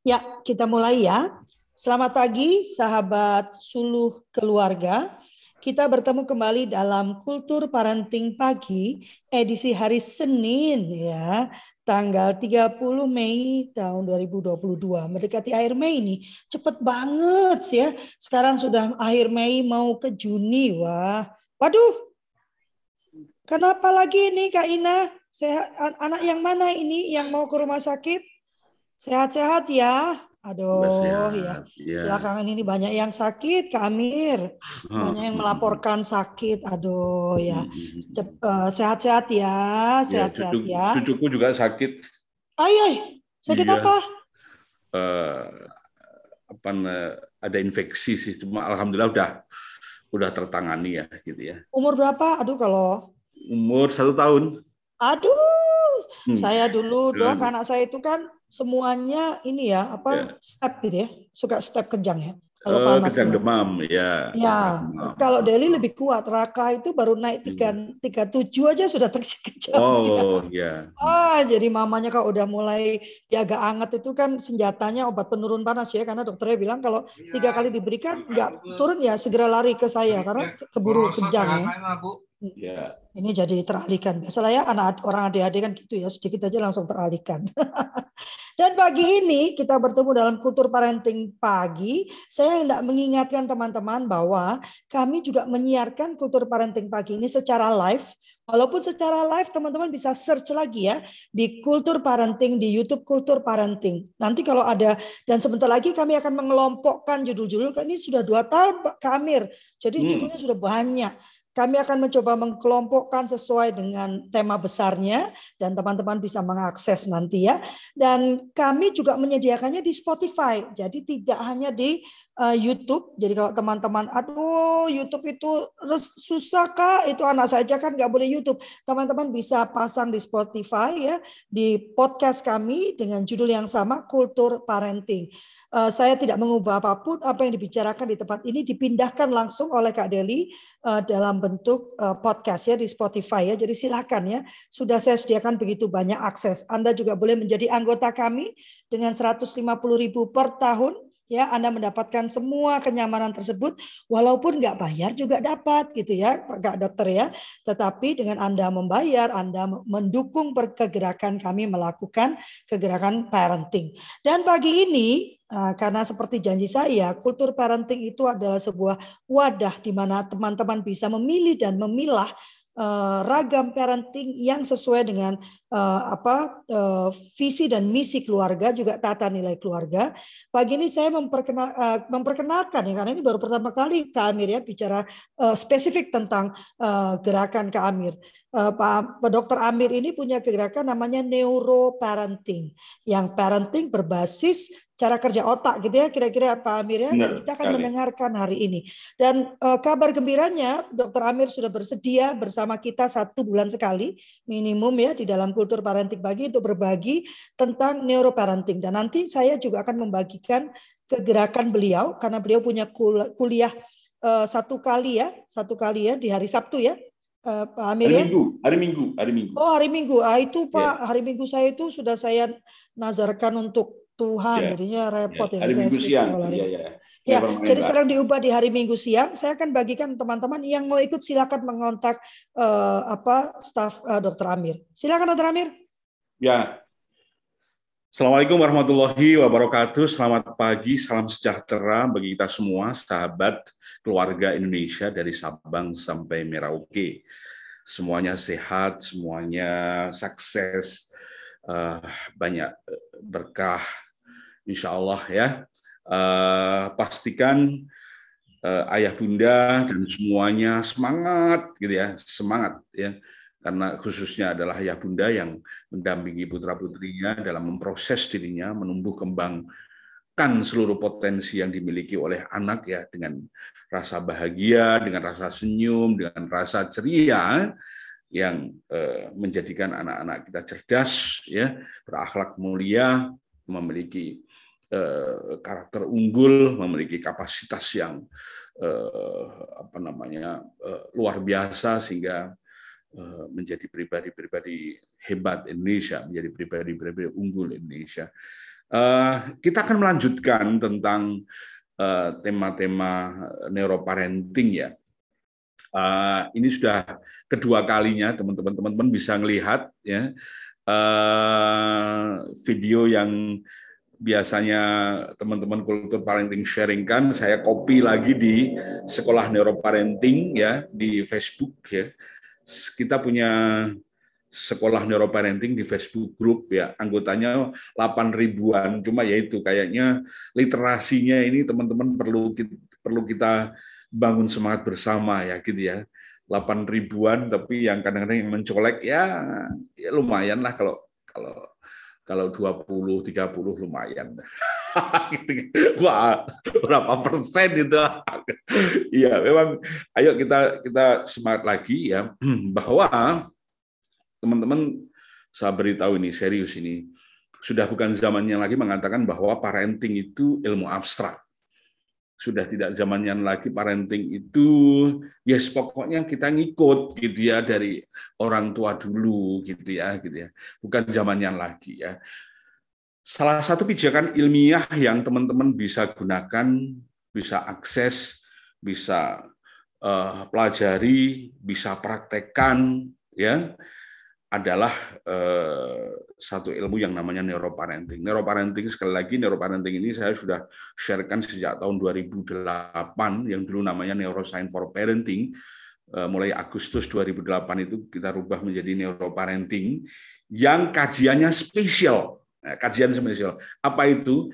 Ya, kita mulai ya. Selamat pagi, sahabat suluh keluarga. Kita bertemu kembali dalam Kultur Parenting Pagi, edisi hari Senin ya, tanggal 30 Mei tahun 2022. Mendekati akhir Mei ini, cepet banget sih ya. Sekarang sudah akhir Mei mau ke Juni. Wah, waduh, kenapa lagi ini Kak Ina? Sehat, anak yang mana ini yang mau ke rumah sakit? Sehat-sehat ya. Mbak Aduh ya. sehat, ya. Belakangan ini banyak yang sakit, Kak Amir. Banyak yang melaporkan sakit. Aduh ya. Sehat-sehat ya, Ya, sehat-sehat ya. cucuku juga sakit. Ay, ay, sakit Iya, apa? eh, ada infeksi sih, cuma alhamdulillah udah tertangani ya, gitu ya. Umur berapa? Aduh kalau Umur 1 tahun. aduh, Hmm. saya dulu dok, Dengan, anak saya itu kan semuanya ini ya, apa ya, step gitu ya, suka step kejang ya. Kalau panas kejang ya. demam, ya, Ya, kejang demam. kalau Delhi lebih kuat. Raka itu baru naik Iya. 37 aja sudah terkejang dia. Oh, ya. Jadi mamanya kalau udah mulai dia agak anget itu kan senjatanya obat penurun panas ya, karena dokternya bilang kalau 3 kali diberikan nggak turun ya segera lari ke saya karena keburu kejang ya. Ya. Ini jadi teralihkan. Biasalah ya anak orang adik-adik kan gitu ya, sedikit aja langsung teralihkan. Dan pagi ini kita bertemu dalam Kultur Parenting Pagi. Saya hendak mengingatkan teman-teman bahwa kami juga menyiarkan Kultur Parenting Pagi ini secara live. Walaupun secara live teman-teman bisa search lagi ya di Kultur Parenting di YouTube Kultur Parenting. Nanti kalau ada dan sebentar lagi kami akan mengelompokkan judul-judul. Ini sudah 2 tahun Pak Kamir. Jadi judulnya sudah banyak. Kami akan mencoba mengkelompokkan sesuai dengan tema besarnya dan teman-teman bisa mengakses nanti ya. Dan kami juga menyediakannya di Spotify. Jadi tidak hanya di YouTube. Jadi kalau teman-teman, aduh YouTube itu susah Kak, itu anak saja kan nggak boleh YouTube. Teman-teman bisa pasang di Spotify ya, di podcast kami dengan judul yang sama, Kultur Parenting. Saya tidak mengubah apapun, apa yang dibicarakan di tempat ini dipindahkan langsung oleh Kak Deli dalam bentuk podcast ya di Spotify ya. Jadi silakan ya. Sudah saya sediakan begitu banyak akses. Anda juga boleh menjadi anggota kami dengan 150.000 per tahun. Ya, Anda mendapatkan semua kenyamanan tersebut, walaupun nggak bayar juga dapat, gitu ya, Pak Dokter ya. Tetapi dengan Anda membayar, Anda mendukung pergerakan kami melakukan kegerakan parenting. Dan pagi ini, karena seperti janji saya, kultur parenting itu adalah sebuah wadah di mana teman-teman bisa memilih dan memilah ragam parenting yang sesuai dengan visi dan misi keluarga, juga tata nilai keluarga. Pagi ini saya memperkenalkan ya, karena ini baru pertama kali Kak Amir ya bicara spesifik tentang gerakan Kak Amir. Pak Dr. Amir ini punya gerakan namanya neuroparenting, yang parenting berbasis cara kerja otak gitu ya, kira-kira Pak Amir ya. Dan Benar kita akan sekali. mendengarkan hari ini. Dan kabar gembiranya, Dr. Amir sudah bersedia bersama kita 1 bulan sekali minimum ya di dalam Kultur Parenting Pagi untuk berbagi tentang neuroparenting. Dan nanti saya juga akan membagikan kegerakan beliau karena beliau punya kuliah 1 kali ya di hari Sabtu ya, Pak Amir Hari ya. Minggu, hari Minggu, hari Minggu. Oh hari Minggu, itu Pak, Ya, hari Minggu saya itu sudah saya nazarkan untuk Tuhan, ya, jadinya ya. repot ya, Hari saya Minggu siang, spesial hari ya, Minggu. ya. Ya, Never mind jadi lah. sekarang diubah di hari Minggu siang. Saya akan bagikan teman-teman yang mau ikut silakan mengontak staf Dr. Amir. Silakan Dr. Amir. Ya, Assalamualaikum warahmatullahi wabarakatuh. Selamat pagi, salam sejahtera bagi kita semua, sahabat keluarga Indonesia dari Sabang sampai Merauke. Semuanya sehat, semuanya sukses, banyak berkah, insya Allah ya. Pastikan ayah bunda dan semuanya semangat, gitu ya, semangat ya. Karena khususnya adalah ayah bunda yang mendampingi putra-putrinya dalam memproses dirinya, menumbuh kembangkan seluruh potensi yang dimiliki oleh anak ya, dengan rasa bahagia, dengan rasa senyum, dengan rasa ceria yang menjadikan anak-anak kita cerdas ya, berakhlak mulia, memiliki karakter unggul, memiliki kapasitas yang luar biasa sehingga menjadi pribadi-pribadi hebat Indonesia, menjadi pribadi-pribadi unggul Indonesia. Kita akan melanjutkan tentang tema-tema neuroparenting ya. Ini sudah kedua kalinya teman-teman bisa melihat ya video yang biasanya teman-teman kultur parenting sharingkan, saya copy lagi di sekolah neuroparenting ya di Facebook ya. Kita punya sekolah neuroparenting di Facebook group ya, anggotanya 8 ribuan, cuma ya itu kayaknya literasinya ini teman-teman perlu kita bangun semangat bersama ya gitu ya. 8 ribuan tapi yang kadang-kadang yang mencolek ya lumayan lah kalau 20 30 lumayan. Wah, berapa persen itu? Iya, memang ayo kita semangat lagi ya bahwa teman-teman, saya beritahu ini serius ini, sudah bukan zamannya lagi mengatakan bahwa parenting itu ilmu abstrak. Sudah tidak zamannya lagi parenting itu, yes pokoknya kita ngikut gitu ya dari orang tua dulu gitu ya. Bukan zamannya lagi ya. Salah satu pijakan ilmiah yang teman-teman bisa gunakan, bisa akses, bisa pelajari, bisa praktekkan ya, adalah satu ilmu yang namanya neuroparenting. Neuroparenting, sekali lagi, neuroparenting ini saya sudah sharekan sejak tahun 2008, yang dulu namanya Neuroscience for Parenting. Mulai Agustus 2008 itu kita rubah menjadi neuroparenting, yang kajiannya spesial. Kajian spesial. Apa itu?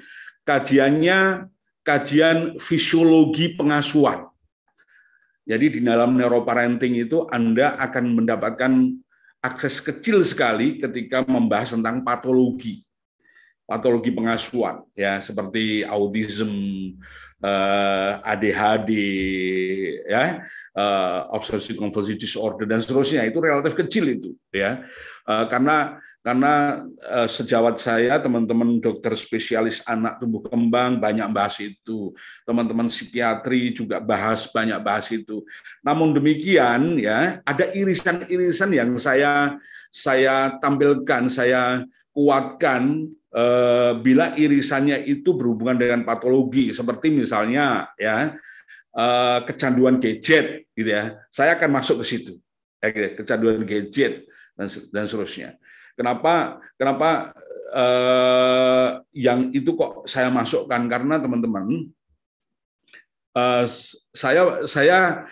Kajian fisiologi pengasuhan. Jadi di dalam neuroparenting itu Anda akan mendapatkan akses kecil sekali ketika membahas tentang patologi pengasuhan ya, seperti autism, ADHD ya, obsessive compulsive disorder dan seterusnya. Itu relatif kecil itu ya, karena sejawat saya, teman-teman dokter spesialis anak tumbuh kembang banyak bahas itu, teman-teman psikiatri juga banyak bahas itu. Namun demikian ya, ada irisan-irisan yang saya tampilkan, saya kuatkan bila irisannya itu berhubungan dengan patologi, seperti misalnya ya kecanduan gadget gitu ya. Saya akan masuk ke situ. Kecanduan gadget dan seterusnya. Kenapa yang itu kok saya masukkan? Karena teman-teman, saya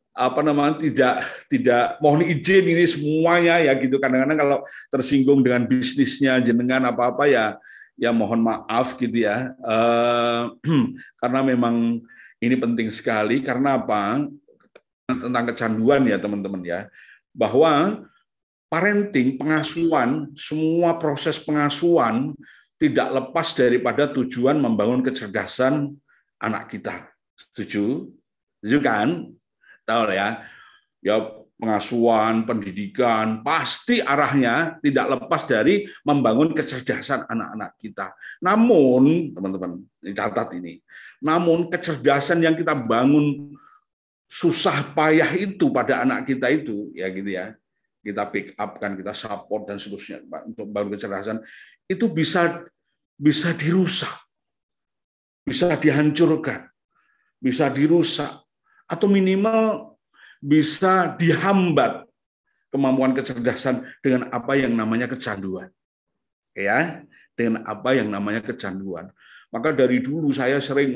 tidak mohon izin ini semuanya ya gitu. Kadang-kadang kalau tersinggung dengan bisnisnya jenengan apa-apa ya mohon maaf gitu ya. Karena memang ini penting sekali. Karena apa? Tentang kecanduan ya teman-teman ya. Bahwa parenting, pengasuhan, semua proses pengasuhan tidak lepas daripada tujuan membangun kecerdasan anak kita. Setuju? Setuju kan? Tahu ya? Ya pengasuhan, pendidikan, pasti arahnya tidak lepas dari membangun kecerdasan anak-anak kita. Namun, teman-teman, catat ini. Namun kecerdasan yang kita bangun susah payah itu pada anak kita itu, ya gitu ya. Kita pick up kan, kita support dan seterusnya untuk bangun kecerdasan itu bisa dirusak, bisa dihancurkan, bisa dirusak, atau minimal bisa dihambat kemampuan kecerdasan dengan apa yang namanya kecanduan. Ya, dengan apa yang namanya kecanduan. Maka dari dulu saya sering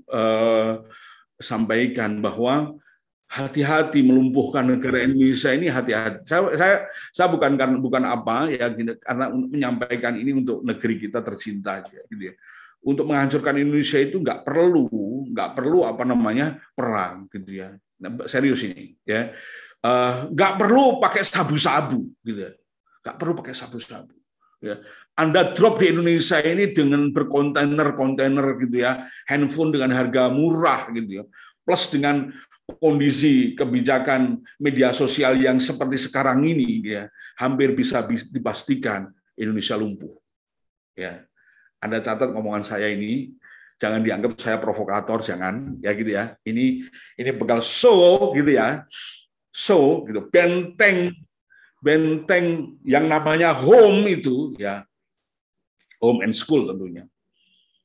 sampaikan bahwa hati-hati melumpuhkan negara Indonesia ini, hati-hati. Saya bukan apa ya, karena menyampaikan ini untuk negeri kita tercinta gitu ya. Untuk menghancurkan Indonesia itu nggak perlu apa namanya perang gitu ya. Nah, serius ini ya. Nggak perlu pakai sabu-sabu gitu ya. Nggak perlu pakai sabu-sabu. Ya. Anda drop di Indonesia ini dengan berkontainer gitu ya, handphone dengan harga murah gitu ya, plus dengan kondisi kebijakan media sosial yang seperti sekarang ini ya, hampir bisa dipastikan Indonesia lumpuh. Ya. Anda catat ngomongan saya ini, jangan dianggap saya provokator, jangan ya gitu ya. Ini bekal gitu ya. Gitu, benteng yang namanya home itu ya. Home and school tentunya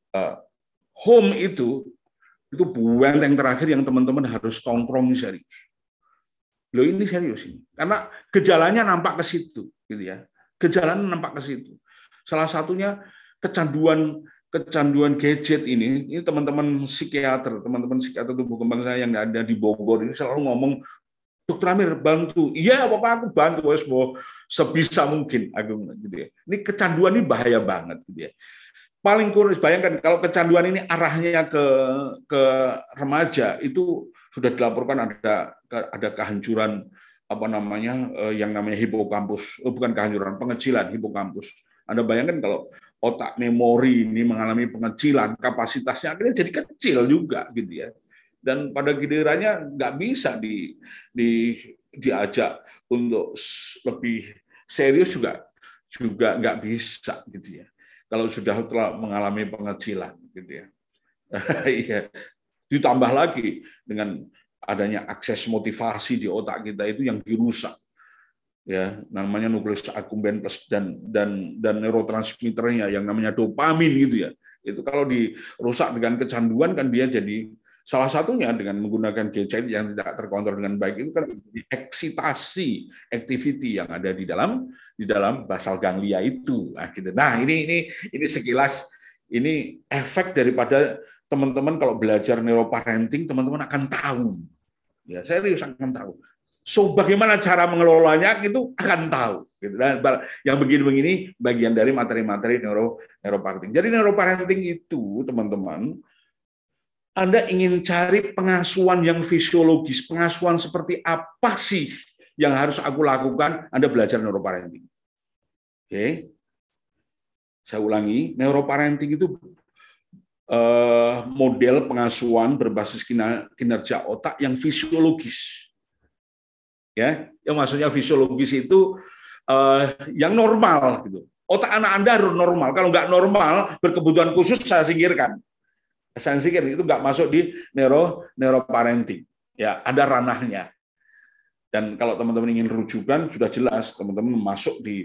home itu benteng terakhir yang teman-teman harus tongkrong serius. Loh, ini serius ini. Karena gejalanya nampak ke situ, gitu ya. Gejalanya nampak ke situ. Salah satunya kecanduan gadget ini teman-teman psikiater tubuh kembang saya yang ada di Bogor ini selalu ngomong, Dokter Amir bantu. Iya, Bapak, aku bantu wes sebisa mungkin aku gitu ya. Ini kecanduan ini bahaya banget gitu ya. Paling kurang bayangkan kalau kecanduan ini arahnya ke remaja, itu sudah dilaporkan ada kehancuran yang namanya hipokampus, bukan kehancuran, pengecilan hipokampus. Anda bayangkan kalau otak memori ini mengalami pengecilan, kapasitasnya akhirnya jadi kecil juga gitu ya. Dan pada gilirannya nggak bisa diajak untuk lebih serius juga nggak bisa gitu ya. Kalau sudah telah mengalami pengecilan gitu ya. Iya. Ditambah lagi dengan adanya akses motivasi di otak kita itu yang dirusak. Ya, namanya nukleus accumbens dan neurotransmitternya yang namanya dopamin gitu ya. Itu kalau dirusak dengan kecanduan kan dia jadi salah satunya dengan menggunakan gadget yang tidak terkontrol dengan baik itu kan eksitasi activity yang ada di dalam basal ganglia itu. Nah, gitu. Nah, ini sekilas ini efek daripada teman-teman kalau belajar neuroparenting, teman-teman akan tahu. Ya, serius akan tahu. So, bagaimana cara mengelolanya itu akan tahu. Gitu. Dan yang begini-begini bagian dari materi-materi neuroparenting. Jadi neuroparenting itu, teman-teman, Anda ingin cari pengasuhan yang fisiologis, pengasuhan seperti apa sih yang harus aku lakukan, Anda belajar neuroparenting. Oke. Saya ulangi, neuroparenting itu model pengasuhan berbasis kinerja otak yang fisiologis. Ya, yang maksudnya fisiologis itu yang normal gitu. Otak anak Anda harus normal. Kalau nggak normal, berkebutuhan khusus saya singkirkan. Saya singkir itu nggak masuk di neuroparenting. Ya, ada ranahnya. Dan kalau teman-teman ingin rujukan sudah jelas, teman-teman masuk di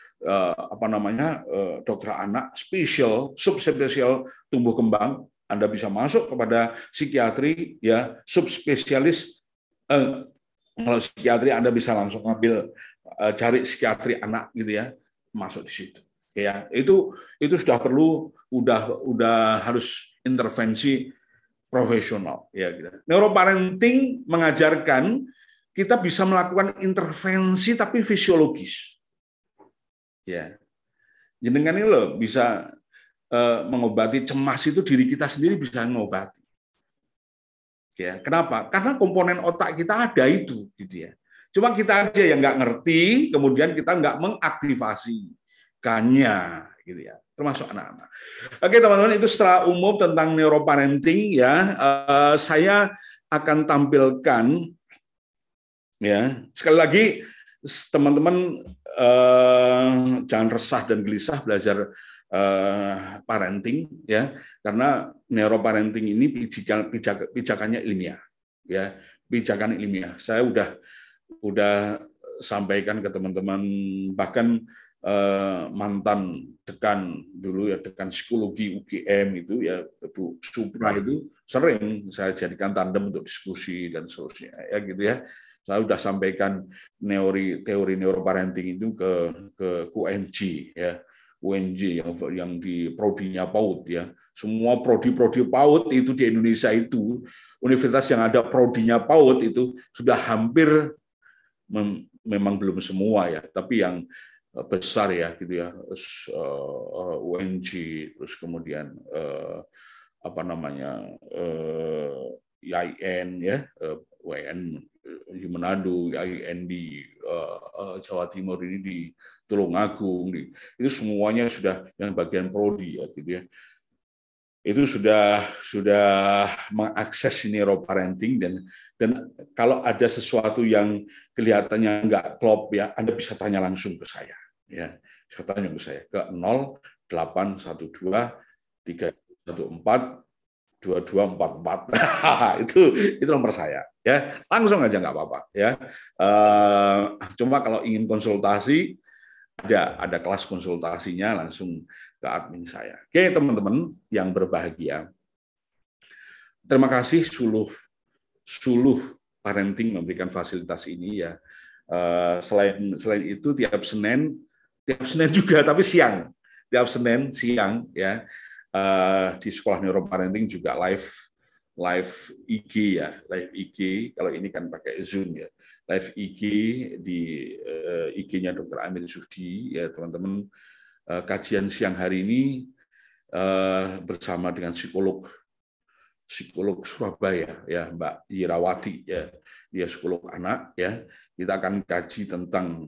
dokter anak spesial, subspesial tumbuh kembang. Anda bisa masuk kepada psikiatri, ya subspesialis. Kalau psikiatri Anda bisa langsung ambil cari psikiatri anak gitu ya, masuk di situ. Ya, itu sudah perlu, udah harus intervensi profesional ya gitu. Neuroparenting mengajarkan kita bisa melakukan intervensi tapi fisiologis. Ya. Jenengan ini loh bisa mengobati cemas itu diri kita sendiri bisa mengobati. Ya, kenapa? Karena komponen otak kita ada itu gitu ya. Cuma kita aja yang nggak ngerti, kemudian kita nggak mengaktifasikannya gitu ya. Termasuk anak-anak. Oke teman-teman, itu secara umum tentang neuroparenting ya. Saya akan tampilkan ya. Sekali lagi teman-teman jangan resah dan gelisah belajar parenting ya, karena neuroparenting ini pijakannya ilmiah ya, pijakan ilmiah. Saya udah sampaikan ke teman-teman, bahkan mantan dekan dulu ya, dekan psikologi UGM itu ya, Bu Supra itu sering saya jadikan tandem untuk diskusi dan seterusnya ya gitu ya. Saya sudah sampaikan teori neuroparenting itu ke UNJ ya, UNJ yang di prodinya PAUD ya. Semua prodi-prodi PAUD itu di Indonesia itu, universitas yang ada prodinya PAUD itu sudah hampir, memang belum semua ya, tapi yang besar ya gitu ya, UNJ, terus kemudian IAIN ya, WN di Manado, IAIN di Jawa Timur ini di Tulungagung, itu semuanya sudah yang bagian prodi ya gitu ya. Itu sudah mengakses neuroparenting dan kalau ada sesuatu yang kelihatannya nggak klop ya, Anda bisa tanya langsung ke saya ya. Bisa tanya ke saya ke 0812 314 2244. itu nomor saya ya. Langsung aja nggak apa-apa ya. Cuma kalau ingin konsultasi ada kelas konsultasinya langsung ke admin saya. Oke, teman-teman yang berbahagia. Terima kasih Suluh Parenting memberikan fasilitas ini ya. Selain itu tiap Senin juga tapi siang. Tiap Senin siang ya di Sekolah Neuroparenting juga live IG ya, live IG. Kalau ini kan pakai Zoom ya. Live IG di IG-nya Dr. Amir Sudi ya, teman-teman. Kajian siang hari ini bersama dengan psikolog Surabaya ya, Mbak Yirawati ya, dia psikolog anak ya. Kita akan kaji tentang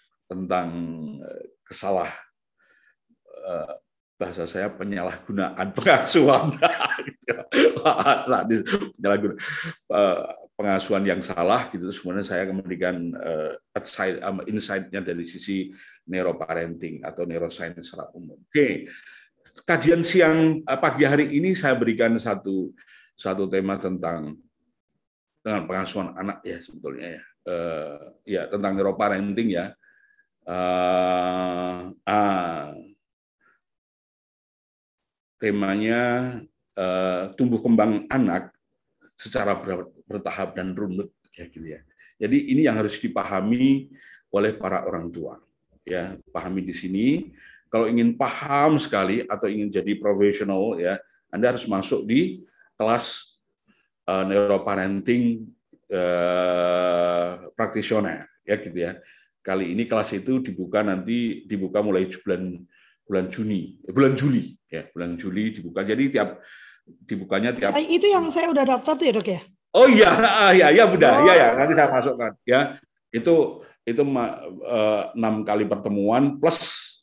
bahasa saya penyalahgunaan pengasuhan. Penyalahgunaan pengasuhan yang salah gitu. Sebenarnya saya akan memberikan insight-nya dari sisi neuroparenting atau neuroscience secara umum. Oke. Kajian siang pagi hari ini saya berikan satu tema tentang pengasuhan anak ya sebetulnya ya. Ya tentang neuroparenting ya. Temanya tumbuh kembang anak secara bertahap dan runut ya gitu ya. Jadi ini yang harus dipahami oleh para orang tua. Ya, pahami di sini. Kalau ingin paham sekali atau ingin jadi profesional ya, Anda harus masuk di kelas neuroparenting practitioner ya gitu ya. Kali ini kelas itu dibuka mulai bulan Juli dibuka. Jadi dibukanya tiap. Itu yang saya udah daftar tuh ya Dok ya. Oh iya, ya udah, ya nanti saya masukkan ya. Itu 6 kali pertemuan plus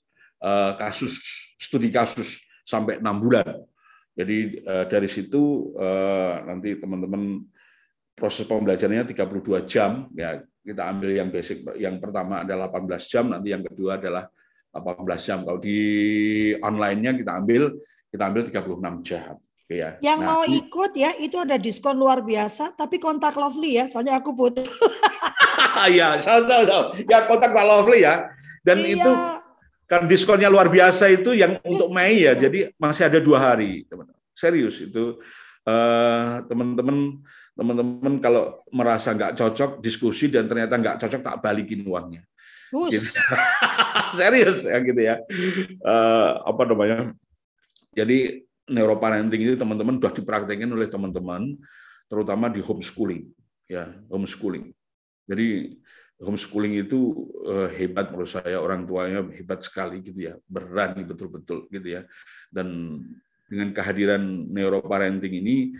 studi kasus sampai 6 bulan. Jadi dari situ nanti teman-teman proses pembelajarannya 32 jam ya. Kita ambil yang basic, yang pertama adalah 18 jam, nanti yang kedua adalah 18 jam. Kalau di online-nya kita ambil 36 jam. Ya. Yang mau ikut ya itu ada diskon luar biasa, tapi kontak Lovely ya, soalnya aku butuh. Ya, ya kontak Pak Lovely ya. Dan iya. Itu kan diskonnya luar biasa itu yang untuk Mei ya, jadi masih ada 2 hari. Serius itu teman-teman kalau merasa nggak cocok diskusi dan ternyata nggak cocok tak balikin uangnya. Gitu. Serius ya gitu ya. Apa namanya? Jadi neuroparenting itu teman-teman sudah dipraktekkan oleh teman-teman, terutama di homeschooling ya, homeschooling. Jadi homeschooling itu hebat menurut saya, orang tuanya hebat sekali gitu ya, berani betul-betul gitu ya. Dan dengan kehadiran neuroparenting ini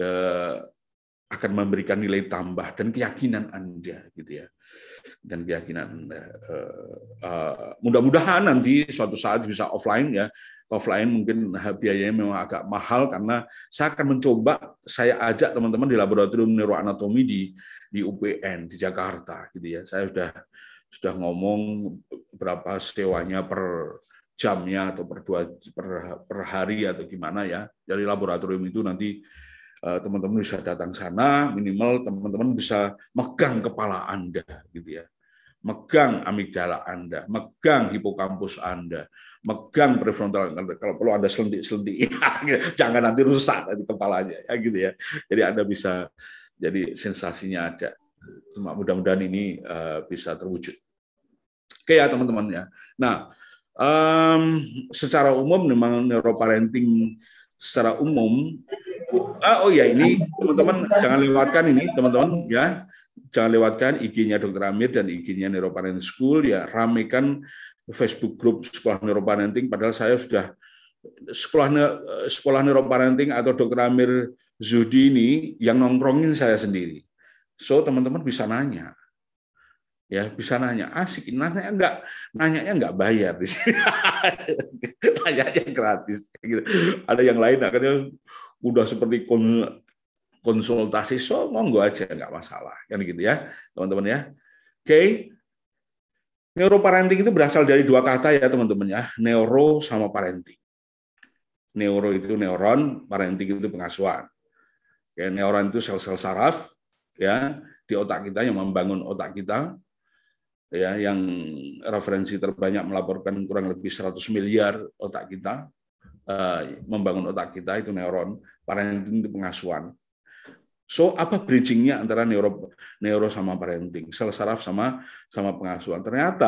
akan memberikan nilai tambah dan keyakinan Anda gitu ya. Dan keyakinan Anda. Mudah-mudahan nanti suatu saat bisa offline ya. Offline mungkin biayanya memang agak mahal karena saya akan mencoba, saya ajak teman-teman di laboratorium neuroanatomi di UPN di Jakarta gitu ya. Saya sudah ngomong berapa sewanya per jamnya atau per hari atau gimana ya. Dari laboratorium itu nanti teman-teman bisa datang sana, minimal teman-teman bisa megang kepala Anda gitu ya. Megang amigdala Anda, megang hipokampus Anda, megang prefrontal Anda. Kalau perlu Anda selentik-selentik, jangan nanti rusak nanti kepalanya ya gitu ya. Jadi Anda bisa, jadi sensasinya ada. Cuma mudah-mudahan ini bisa terwujud. Oke ya teman-teman ya. Nah, secara umum memang neuroparenting secara umum. Oh ya, ini teman-teman jangan lewatkan ini teman-teman ya. Jangan lewatkan IG-nya Dr. Amir dan IG-nya Neuroparenting School ya, ramekan Facebook grup Sekolah Neuroparenting, padahal saya sudah sekolah Neuroparenting atau Dr. Amir Zudi ini yang nongkrongin saya sendiri. So teman-teman bisa nanya. Ya, bisa nanya, asik, nanyanya enggak bayar di sini. Nanyanya gratis gitu. Ada yang lain akhirnya udah seperti konsultasi, so monggo aja, nggak masalah kan gitu ya teman-teman ya. Oke. Neuroparenting itu berasal dari 2 kata ya teman-teman ya, neuro sama parenting. Neuro itu neuron, parenting itu pengasuhan. Ya, neuron itu sel-sel saraf ya di otak kita yang membangun otak kita. ya, yang referensi terbanyak melaporkan kurang lebih 100 miliar otak kita, membangun otak kita itu neuron, parenting itu pengasuhan. So apa bridgingnya antara neuro sama parenting, sel saraf sama pengasuhan?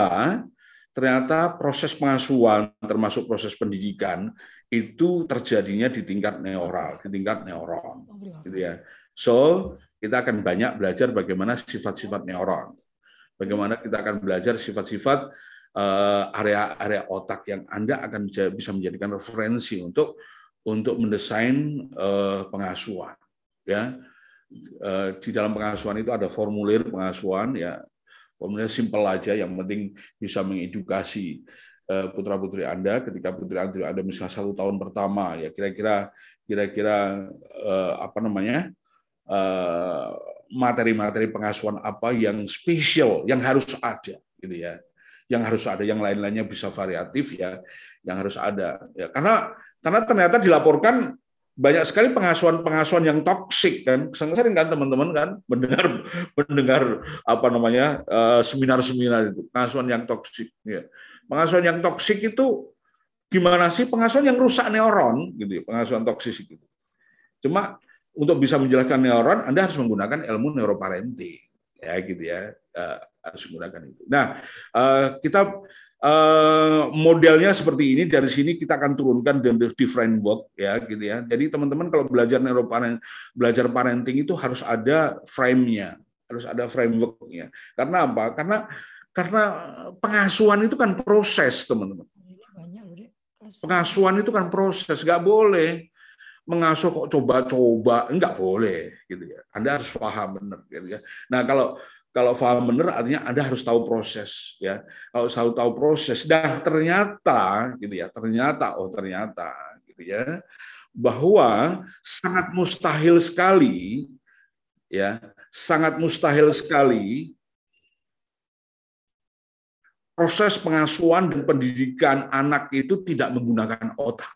Ternyata proses pengasuhan termasuk proses pendidikan itu terjadinya di tingkat neural, di tingkat neuron, gitu ya. So kita akan banyak belajar bagaimana sifat-sifat neuron, bagaimana kita akan belajar sifat-sifat area-area otak yang Anda akan bisa menjadikan referensi untuk mendesain pengasuhan, ya. Di dalam pengasuhan itu ada formulir pengasuhan, ya, formulir simpel aja, yang penting bisa mengedukasi putra-putri Anda ketika putri Anda misalnya 1 tahun pertama, ya kira-kira apa namanya, materi-materi pengasuhan apa yang spesial yang harus ada, gitu ya, yang harus ada, yang lain-lainnya bisa variatif, ya, yang harus ada, ya, karena ternyata dilaporkan banyak sekali pengasuhan yang toksik, kan. Sering kan teman-teman kan mendengar apa namanya, seminar-seminar itu pengasuhan yang toksik, ya. Pengasuhan yang toksik itu gimana sih? Pengasuhan yang rusak neuron, gitu ya, pengasuhan toksik itu. Cuma untuk bisa menjelaskan neuron, Anda harus menggunakan ilmu neuroparenting, ya, gitu ya, harus menggunakan itu. Nah, kita modelnya seperti ini. Dari sini kita akan turunkan di framework, ya, gitu ya. Jadi teman-teman kalau belajar parenting itu harus ada frame-nya, harus ada framework-nya. Karena apa? Karena pengasuhan itu kan proses, teman-teman. Pengasuhan itu kan proses, nggak boleh mengasuh kok coba-coba, nggak boleh, gitu ya. Anda harus paham benar, gitu ya. Nah, kalau paham benar artinya Anda harus tahu proses, ya. Kalau tahu proses, dan ternyata gitu ya, ternyata gitu ya, bahwa sangat mustahil sekali, ya, sangat mustahil sekali proses pengasuhan dan pendidikan anak itu tidak menggunakan otak.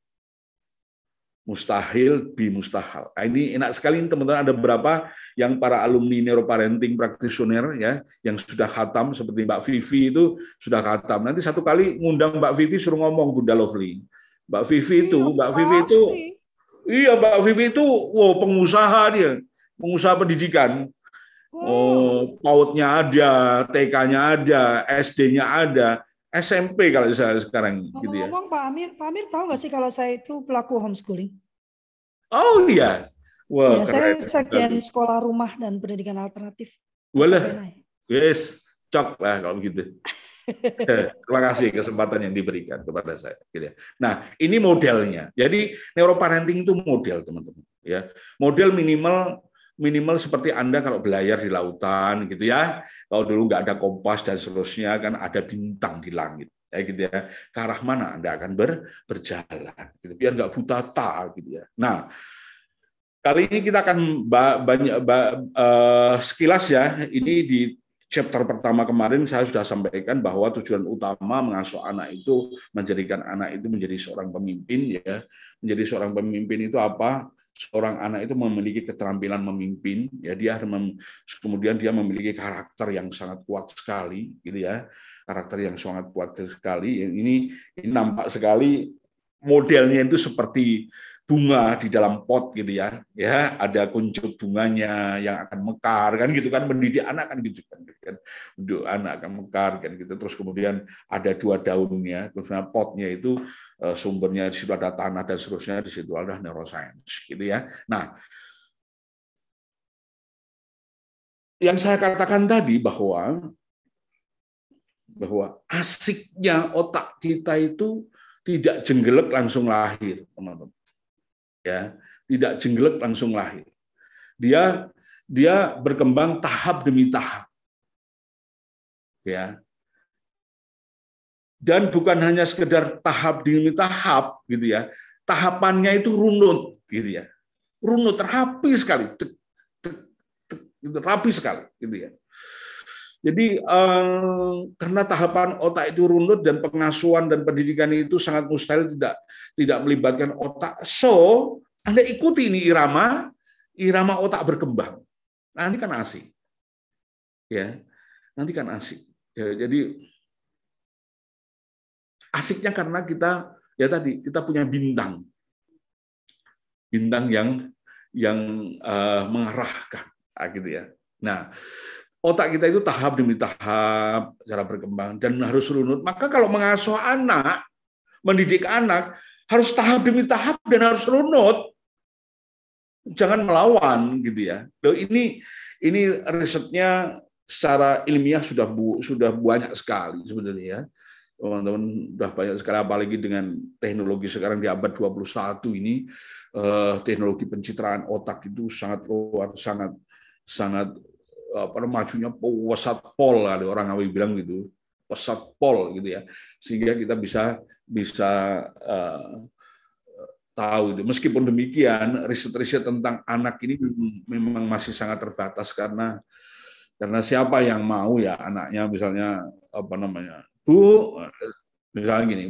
Mustahil bimustahil. Nah, ini enak sekali teman-teman, ada beberapa yang para alumni neuroparenting practitioner, ya, yang sudah khatam seperti Mbak Vivi itu sudah khatam. Nanti satu kali ngundang Mbak Vivi suruh ngomong, Bunda Lovely. Mbak Vivi itu iya, Mbak Vivi itu wow, pengusaha dia, pengusaha pendidikan. Oh, PAUD-nya ada, TK-nya ada, SD-nya ada, SMP kalau saya sekarang gitu ya. Ngomong-ngomong Pak Amir tahu nggak sih kalau saya itu pelaku homeschooling? Oh iya. Wah, Ya, saya keren. sekjen sekolah rumah dan pendidikan alternatif. Walah, yes, cok lah kalau begitu. Terima kasih kesempatan yang diberikan kepada saya. Nah, ini modelnya. Jadi neuroparenting itu model, teman-teman. Ya, model minimal seperti Anda kalau belayar di lautan, gitu ya. Kalau dulu nggak ada kompas dan seterusnya, kan ada bintang di langit, ya, gitu ya. Ke arah mana Anda akan berjalan, gitu. Biar nggak buta ta, gitu ya. Nah, kali ini kita akan sekilas, ya. Ini di chapter pertama kemarin saya sudah sampaikan bahwa tujuan utama mengasuh anak itu menjadikan anak itu menjadi seorang pemimpin, ya. Menjadi seorang pemimpin itu apa? Seorang anak itu memiliki keterampilan memimpin, ya, kemudian dia memiliki karakter yang sangat kuat sekali, gitu ya. Karakter yang sangat kuat sekali. Ini nampak sekali modelnya itu seperti bunga di dalam pot, gitu ya. Ya, ada kuncup bunganya yang akan mekar, kan gitu kan, mendidik anak kan gitu kan. Untuk anak akan mekar kan gitu. Terus kemudian ada 2 daunnya, terus potnya itu sumbernya di situ ada tanah dan seterusnya, di situ ada neuroscience, gitu ya. Nah, yang saya katakan tadi bahwa asiknya otak kita itu tidak jenggelek langsung lahir, teman-teman. Ya, tidak jenggelek langsung lahir. Dia berkembang tahap demi tahap. Ya. Dan bukan hanya sekedar tahap demi tahap, gitu ya. Tahapannya itu runut, gitu ya. Runut, rapi sekali. Rapi sekali, gitu ya. Jadi karena tahapan otak itu runut dan pengasuhan dan pendidikan itu sangat mustahil tidak melibatkan otak. So, Anda ikuti ini irama otak berkembang. Nanti kan asik. Ya. Nanti kan asik. Ya, jadi asiknya karena kita kita punya bintang yang mengarahkan, gitu ya. Nah, otak kita itu tahap demi tahap cara berkembang dan harus runut. Maka kalau mengasuh anak, mendidik anak, harus tahap demi tahap dan harus runut. Jangan melawan, gitu ya. Loh, ini risetnya secara ilmiah sudah banyak sekali sebenarnya ya. Teman-teman sudah banyak sekali, apalagi dengan teknologi sekarang di abad 21 ini, teknologi pencitraan otak itu sangat majunya pesat pol, ada orang Ngawi bilang gitu, pesat pol gitu ya, sehingga kita bisa tahu itu. Meskipun demikian, riset-riset tentang anak ini memang masih sangat terbatas karena siapa yang mau ya anaknya misalnya Bu, misalnya gini,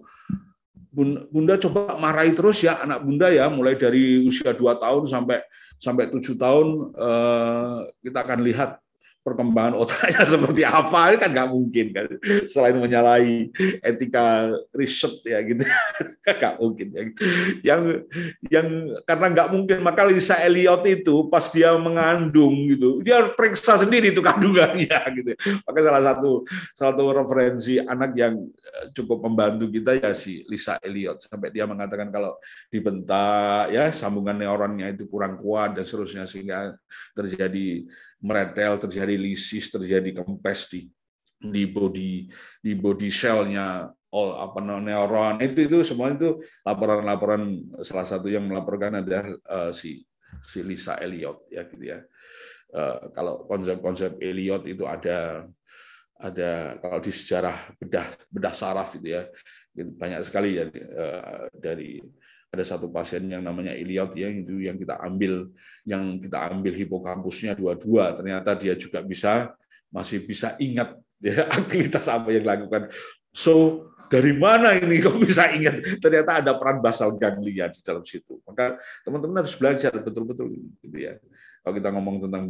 Bunda coba marahi terus ya anak Bunda ya, mulai dari usia 2 tahun sampai 7 tahun, kita akan lihat perkembangan otaknya seperti apa. Ini kan nggak mungkin kan, selain menyalahi etika riset ya gitu, nggak mungkin ya. Yang karena nggak mungkin, maka Lisa Elliot itu pas dia mengandung gitu, dia harus periksa sendiri itu kandungannya gitu. Maka salah satu referensi anak yang cukup membantu kita ya si Lisa Elliot, sampai dia mengatakan kalau dibentak ya sambungan neuronnya itu kurang kuat dan seterusnya, sehingga terjadi meretel, terjadi lisis, terjadi kempes di body cell-nya neuron. Itu semua itu laporan salah satu yang melaporkan adalah si Lisa Elliot ya gitu ya. Kalau konsep-konsep Elliot itu ada kalau di sejarah bedah saraf itu ya, banyak sekali ya, dari ada satu pasien yang namanya Elliot ya, itu yang kita ambil hipokampusnya dua-dua, ternyata dia juga masih bisa ingat ya, aktivitas apa yang dilakukan. So dari mana ini kok bisa ingat? Ternyata ada peran basal ganglia di dalam situ. Maka teman-teman harus belajar betul-betul gitu ya. Kalau kita ngomong tentang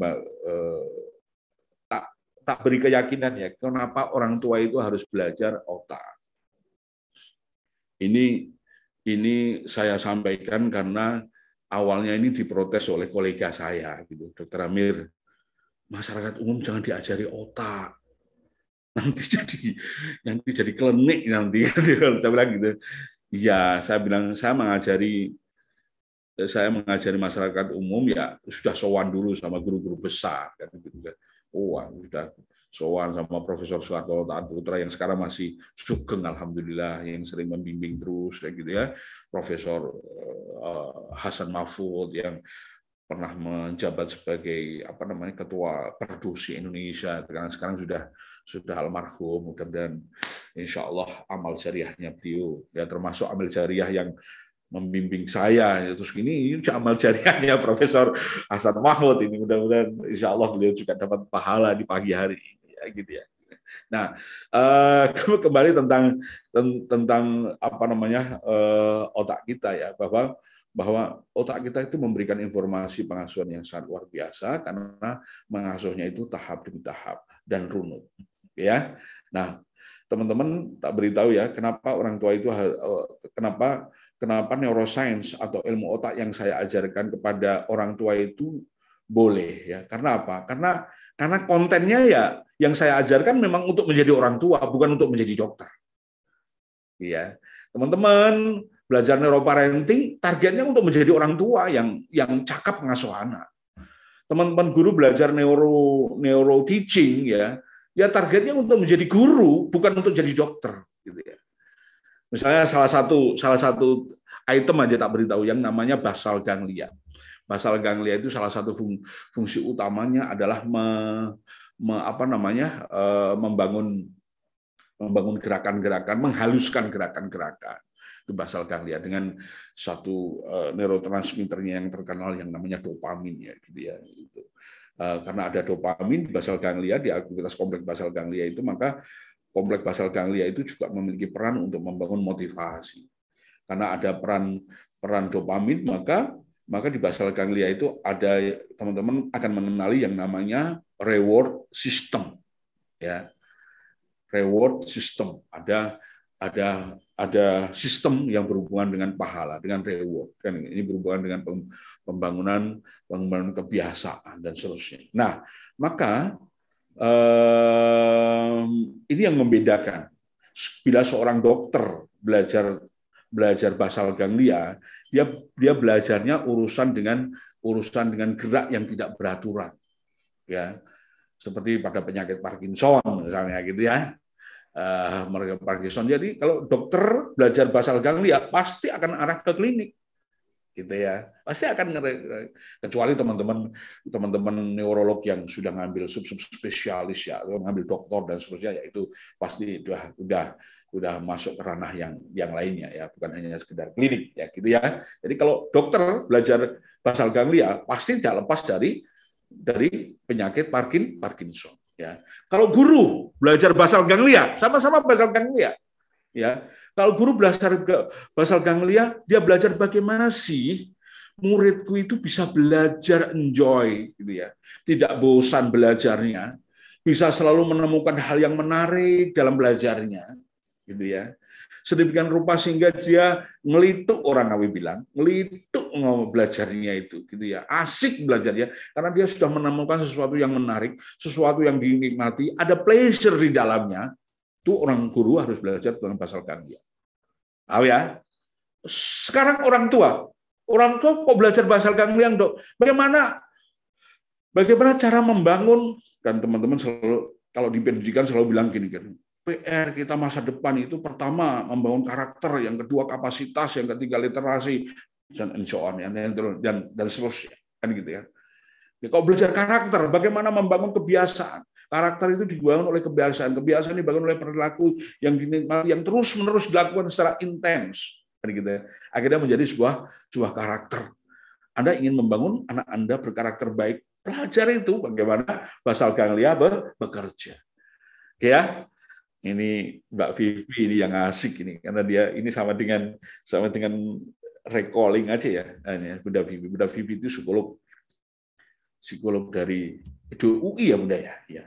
tak beri keyakinan ya, kenapa orang tua itu harus belajar otak. Ini saya sampaikan karena awalnya ini diprotes oleh kolega saya gitu, Dokter Amir, masyarakat umum jangan diajari otak, nanti jadi klinik nanti. Saya bilang gitu. Iya, saya bilang saya mengajari masyarakat umum ya sudah sowan dulu sama guru-guru besar kan gitu kan. Sudah sowan sama Profesor Soeharto Taat Putra yang sekarang masih sugeng alhamdulillah, yang sering membimbing terus kayak gitu ya. Profesor Hasan Mahfud yang pernah menjabat sebagai ketua Perdusi Indonesia, sekarang sudah almarhum. Mudah-mudahan insya Allah amal jariahnya beliau ya, termasuk amal jariah yang membimbing saya, terus ini amal jariahnya Profesor Hasan Mahfud ini, mudah-mudahan insya Allah beliau juga dapat pahala di pagi hari ya, gitu ya. Nah, kembali tentang otak kita ya, bahwa otak kita itu memberikan informasi pengasuhan yang sangat luar biasa karena mengasuhnya itu tahap demi tahap dan runut ya. Nah, teman-teman tak beritahu ya, kenapa orang tua itu kenapa neuroscience atau ilmu otak yang saya ajarkan kepada orang tua itu boleh ya. Karena apa? Karena kontennya ya yang saya ajarkan memang untuk menjadi orang tua, bukan untuk menjadi dokter. Ya. Teman-teman belajar neuroparenting targetnya untuk menjadi orang tua yang cakap mengasuh anak. Teman-teman guru belajar neuro teaching ya targetnya untuk menjadi guru, bukan untuk jadi dokter gitu ya. Misalnya salah satu item aja tak beritahu yang namanya basal ganglia. Basal ganglia itu salah satu fungsi utamanya adalah membangun gerakan-gerakan, menghaluskan gerakan-gerakan. Itu basal ganglia dengan satu neurotransmitternya yang terkenal yang namanya dopamin ya gitu ya. Karena ada dopamin di basal ganglia, di aktivitas kompleks basal ganglia itu, maka kompleks basal ganglia itu juga memiliki peran untuk membangun motivasi. Karena ada peran dopamin, maka di basal ganglia itu ada, teman-teman akan mengenali yang namanya reward system ya. reward system, ada sistem yang berhubungan dengan pahala, dengan reward. Kan ini berhubungan dengan pembangunan kebiasaan dan seterusnya. Nah, maka ini yang membedakan. Bila seorang dokter belajar basal ganglia, dia belajarnya urusan dengan gerak yang tidak beraturan, ya, seperti pada penyakit Parkinson misalnya, gitu ya. Mereka Parkinson. Jadi kalau dokter belajar basal ganglia pasti akan arah ke klinik, gitu ya. Pasti akan, kecuali teman-teman neurolog yang sudah ngambil sub spesialis ya, atau ngambil doktor dan seterusnya, ya itu pasti udah masuk ke ranah yang lainnya ya, bukan hanya sekedar klinik ya, gitu ya. Jadi kalau dokter belajar basal ganglia pasti tidak lepas dari penyakit Parkinson. Ya. Kalau guru belajar basal ganglia, sama-sama basal ganglia. Ya. Kalau guru belajar basal ganglia, dia belajar bagaimana sih muridku itu bisa belajar enjoy, gitu ya. Tidak bosan belajarnya, bisa selalu menemukan hal yang menarik dalam belajarnya, gitu ya. Sedemikian rupa sehingga dia ngelituk, orang Ngawi bilang, ngelituk belajarnya itu, gitu ya, asik belajarnya, karena dia sudah menemukan sesuatu yang menarik, sesuatu yang dinikmati, ada pleasure di dalamnya. Itu orang guru harus belajar dengan basal ganglia. Tahu ya? Sekarang orang tua kok belajar basal ganglia, Dok? Bagaimana cara membangun? Kan teman-teman selalu kalau di pendidikan selalu bilang gini kan. PR kita masa depan itu pertama membangun karakter, yang kedua kapasitas, yang ketiga literasi, dan so on, dan seterusnya, kan gitu ya. Kalau belajar karakter, bagaimana membangun kebiasaan? Karakter itu dibangun oleh kebiasaan dibangun oleh perilaku yang dinikmati, yang terus-menerus dilakukan secara intens, kan gitu ya. Akhirnya menjadi sebuah karakter. Anda ingin membangun anak Anda berkarakter baik, pelajari itu bagaimana basal ganglia bekerja. Oke ya. Ini Mbak Vivi ini yang asik ini, karena dia ini sama dengan recalling aja ya. Ini Bunda Vivi itu psikolog dari UI ya Bunda ya.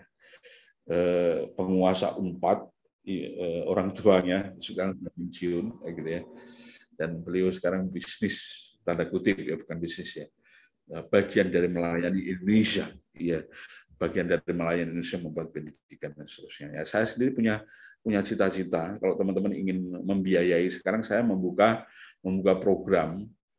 Penguasa Unpad, orang tuanya sekarang sudah pensiun, gitu ya. Dan beliau sekarang bisnis tanda kutip ya, bukan bisnis ya. Bagian dari melayani Indonesia, ya. Bagian dari melayani Indonesia, membuat pendidikan dan seterusnya. Ya, saya sendiri punya cita-cita. Kalau teman-teman ingin membiayai, sekarang saya membuka program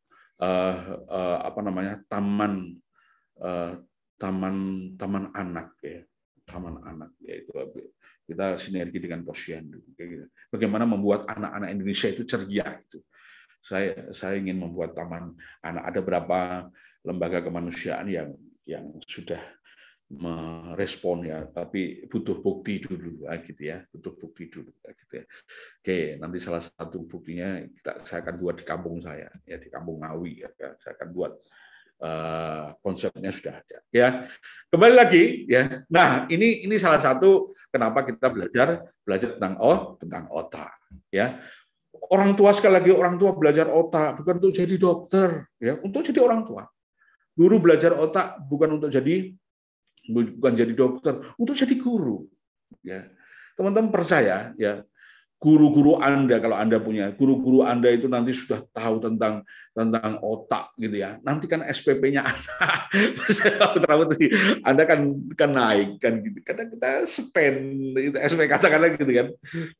taman anak ya, yaitu kita sinergi dengan Posyandu. Bagaimana membuat anak-anak Indonesia itu ceria itu. Saya ingin membuat taman anak. Ada berapa lembaga kemanusiaan yang sudah merespon ya, tapi butuh bukti dulu, gitu ya, gitu ya. Oke, nanti salah satu buktinya saya akan buat di kampung saya, ya di Kampung Ngawi, ya, saya akan buat konsepnya sudah ada, ya. Kembali lagi, ya. Nah, ini salah satu kenapa kita belajar tentang otak, ya. Orang tua, sekali lagi, orang tua belajar otak bukan untuk jadi dokter, ya, untuk jadi orang tua. Guru belajar otak bukan jadi dokter, untuk jadi guru. Ya, teman-teman percaya ya, guru-guru Anda, kalau Anda punya guru-guru Anda itu nanti sudah tahu tentang otak, gitu ya. Nanti kan SPP-nya Anda kan naik kan gitu. Karena kita spend itu SPP, katakanlah gitu kan.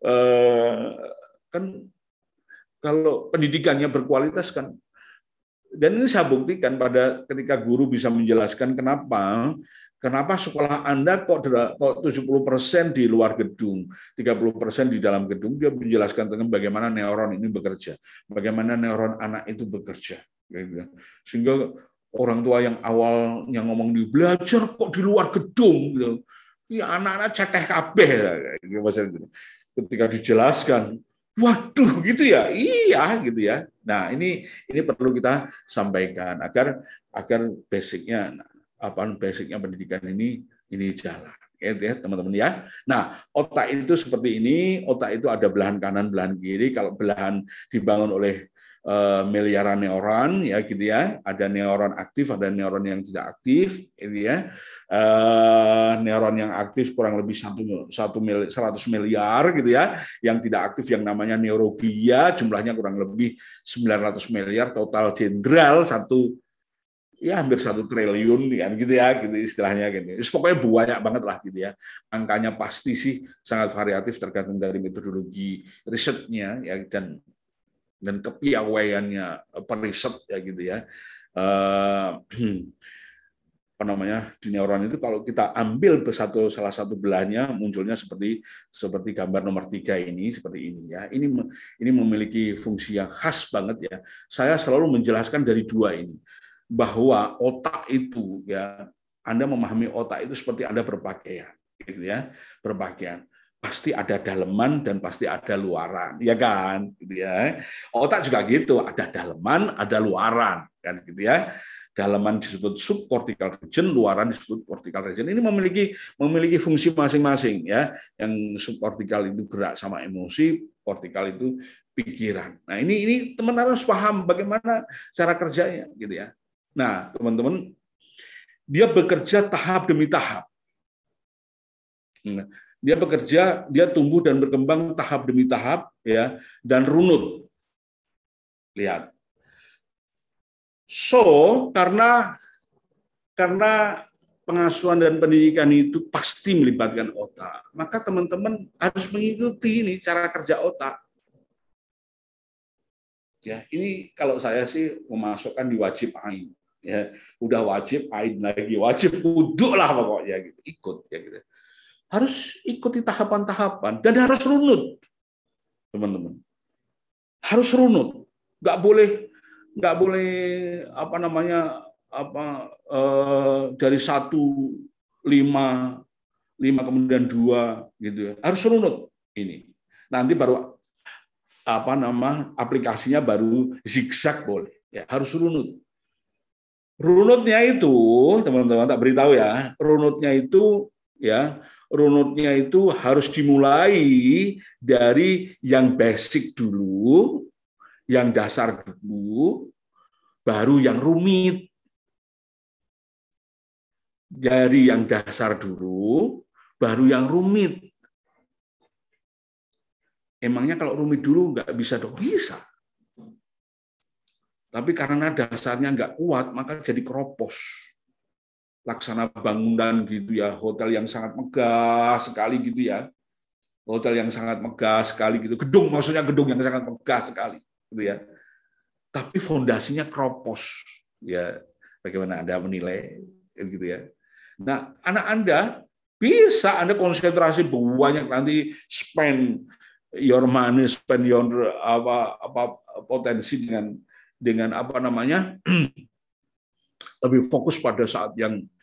Kan kalau pendidikannya berkualitas kan. Dan ini saya buktikan ketika guru bisa menjelaskan kenapa sekolah Anda kok 70% di luar gedung, 30% di dalam gedung. Dia menjelaskan tentang bagaimana neuron ini bekerja, bagaimana neuron anak itu bekerja. Sehingga orang tua yang awalnya ngomong belajar kok di luar gedung, ya anak-anak ceteh kabeh. Ketika dijelaskan, waduh, gitu ya, iya, gitu ya. Nah, ini perlu kita sampaikan agar basicnya pendidikan ini jalan, ya teman-teman ya. Nah, otak itu seperti ini. Otak itu ada belahan kanan, belahan kiri. Kalau belahan dibangun oleh miliaran neuron, ya gitu ya. Ada neuron aktif, ada neuron yang tidak aktif, gitu ya. neuron yang aktif kurang lebih 100 miliar gitu ya, yang tidak aktif yang namanya neuroglia jumlahnya kurang lebih 900 miliar, total jenderal hampir 1 triliun kan gitu ya, gitu istilahnya gitu. Pokoknya banyak banget lah gitu ya. Angkanya pasti sih sangat variatif tergantung dari metodologi risetnya ya, dan kepiawaiannya periset ya gitu ya. Apa namanya, di neuron itu kalau kita ambil salah satu belahnya munculnya seperti gambar nomor 3 ini, seperti ini ya. Ini memiliki fungsi yang khas banget ya. Saya selalu menjelaskan dari dua ini, bahwa otak itu ya, Anda memahami otak itu seperti Anda berpakaian gitu ya, berpakaian pasti ada daleman dan pasti ada luaran, ya kan gitu ya. Otak juga gitu, ada daleman ada luaran kan gitu ya. Daleman disebut subcortical region, luaran disebut cortical region. Ini memiliki fungsi masing-masing ya. Yang subcortical itu gerak sama emosi, cortical itu pikiran. Nah, ini teman-teman harus paham bagaimana cara kerjanya gitu ya. Nah, teman-teman, dia bekerja tahap demi tahap. Dia tumbuh dan berkembang tahap demi tahap ya, dan runut. Lihat. So, karena pengasuhan dan pendidikan itu pasti melibatkan otak, maka teman-teman harus mengikuti ini cara kerja otak. Ya, ini kalau saya sih memasukkan di wajib ain. Ya, udah wajib ain lagi, wajib kudu lah pokoknya gitu, ikut ya gitu. Harus ikuti tahapan-tahapan dan harus runut, teman-teman. Harus runut, nggak boleh apa namanya dari 1, 5 kemudian 2 gitu ya. Harus runut ini. Nanti baru aplikasinya baru zigzag boleh. Ya, harus runut. Runutnya itu, teman-teman tak beritahu ya, runutnya itu harus dimulai dari yang basic dulu, yang dasar dulu, baru yang rumit. Dari yang dasar dulu, baru yang rumit. Emangnya kalau rumit dulu nggak bisa dong? Bisa. Tapi karena dasarnya nggak kuat, maka jadi keropos. Laksana bangunan gitu ya, hotel yang sangat megah sekali gitu ya. Hotel yang sangat megah sekali gitu. Gedung yang sangat megah sekali gitu ya. Tapi fondasinya keropos. Ya, bagaimana Anda menilai gitu ya. Nah, anak Anda bisa Anda konsentrasi banyak, nanti spend your money, spend your potensi dengan apa namanya, lebih fokus pada saat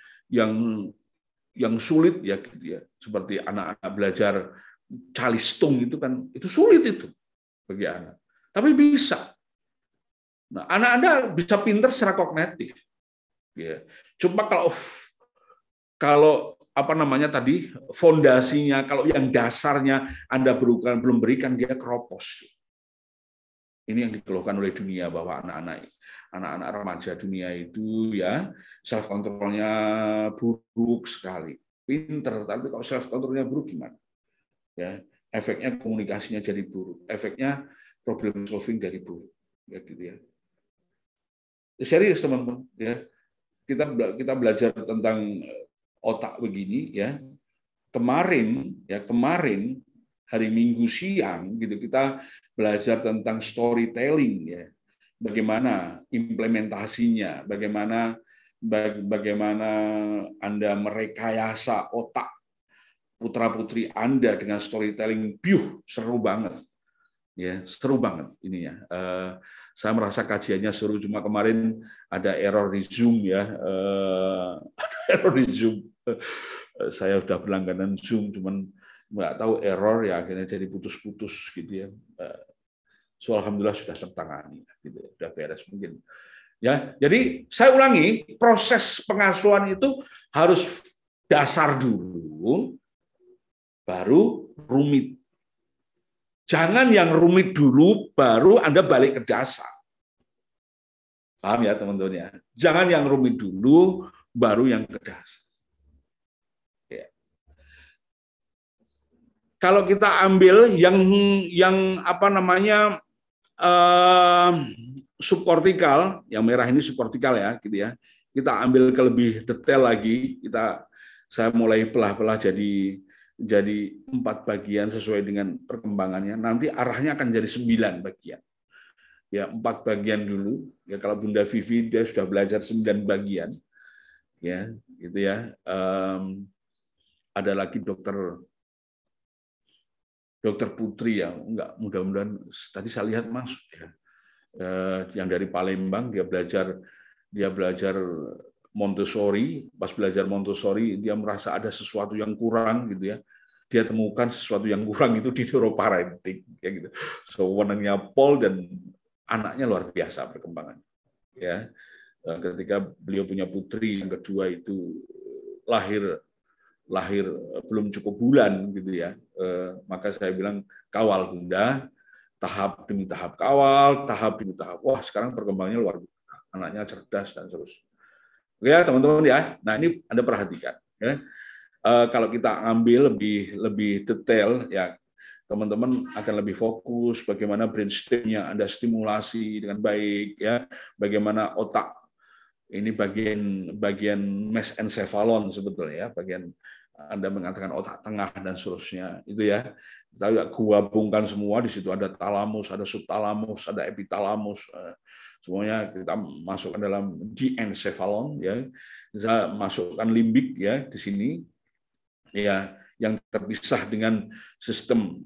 yang sulit ya gitu ya. Seperti anak-anak belajar calistung itu kan, itu sulit itu bagi anak. Tapi bisa. Nah, anak Anda bisa pintar secara kognitif. Ya. Cuma kalau apa namanya tadi, fondasinya, kalau yang dasarnya Anda belum berikan, dia keropos. Ini yang dikeluhkan oleh dunia, bahwa anak-anak remaja dunia itu ya self controlnya buruk sekali. Pinter, tapi kalau self controlnya buruk gimana? Ya, efeknya komunikasinya jadi buruk, efeknya problem solving jadi buruk, ya gitu ya. Serius teman-teman, ya. Kita belajar tentang otak begini ya. Kemarin hari Minggu siang gitu kita belajar tentang storytelling ya. Bagaimana implementasinya, bagaimana Anda merekayasa otak putra-putri Anda dengan storytelling. Seru banget. Ya, seru banget ininya. Saya merasa kajiannya seru, cuma kemarin ada error di Zoom ya. Error di Zoom. Saya udah berlangganan Zoom, cuman nggak tahu error ya, akhirnya jadi putus-putus gitu ya. So, alhamdulillah sudah tertangani, gitu, sudah beres mungkin. Ya, jadi saya ulangi, proses pengasuhan itu harus dasar dulu, baru rumit. Jangan yang rumit dulu, baru Anda balik ke dasar. Paham ya teman-teman ya? Jangan yang rumit dulu, baru yang ke dasar. kalau kita ambil yang apa namanya subkortikal, yang merah ini subkortikal ya, gitu ya. Kita ambil ke lebih detail lagi, saya mulai pelah-pelah jadi 4 bagian sesuai dengan perkembangannya. Nanti arahnya akan jadi 9 bagian. Ya, 4 bagian dulu. Ya, kalau Bunda Vivi dia sudah belajar 9 bagian. Ya, gitu ya. Ada lagi dokter Putri ya, enggak, mudah-mudahan tadi saya lihat masuk ya. Yang dari Palembang dia belajar Montessori. Pas belajar Montessori dia merasa ada sesuatu yang kurang gitu ya. Dia temukan sesuatu yang kurang itu di neuroparenting kayak gitu. Sewenangnya Paul dan anaknya luar biasa perkembangannya. Ya, ketika beliau punya putri yang kedua itu lahir belum cukup bulan gitu ya, maka saya bilang kawal Bunda, tahap demi tahap kawal, tahap demi tahap. Wah, sekarang perkembangannya luar biasa, anaknya cerdas dan seterusnya. Oke ya teman-teman ya. Nah ini Anda perhatikan ya. Kalau kita ambil lebih detail ya, teman-teman akan lebih fokus bagaimana brainstem-nya Anda stimulasi dengan baik ya, bagaimana otak ini bagian mesencephalon sebetulnya ya, bagian Anda mengatakan otak tengah dan seterusnya itu ya. Kita gabungkan semua, di situ ada talamus, ada subtalamus, ada epitalamus, semuanya kita masukkan dalam diencephalon ya. Kita masukkan limbik ya di sini ya, yang terpisah dengan sistem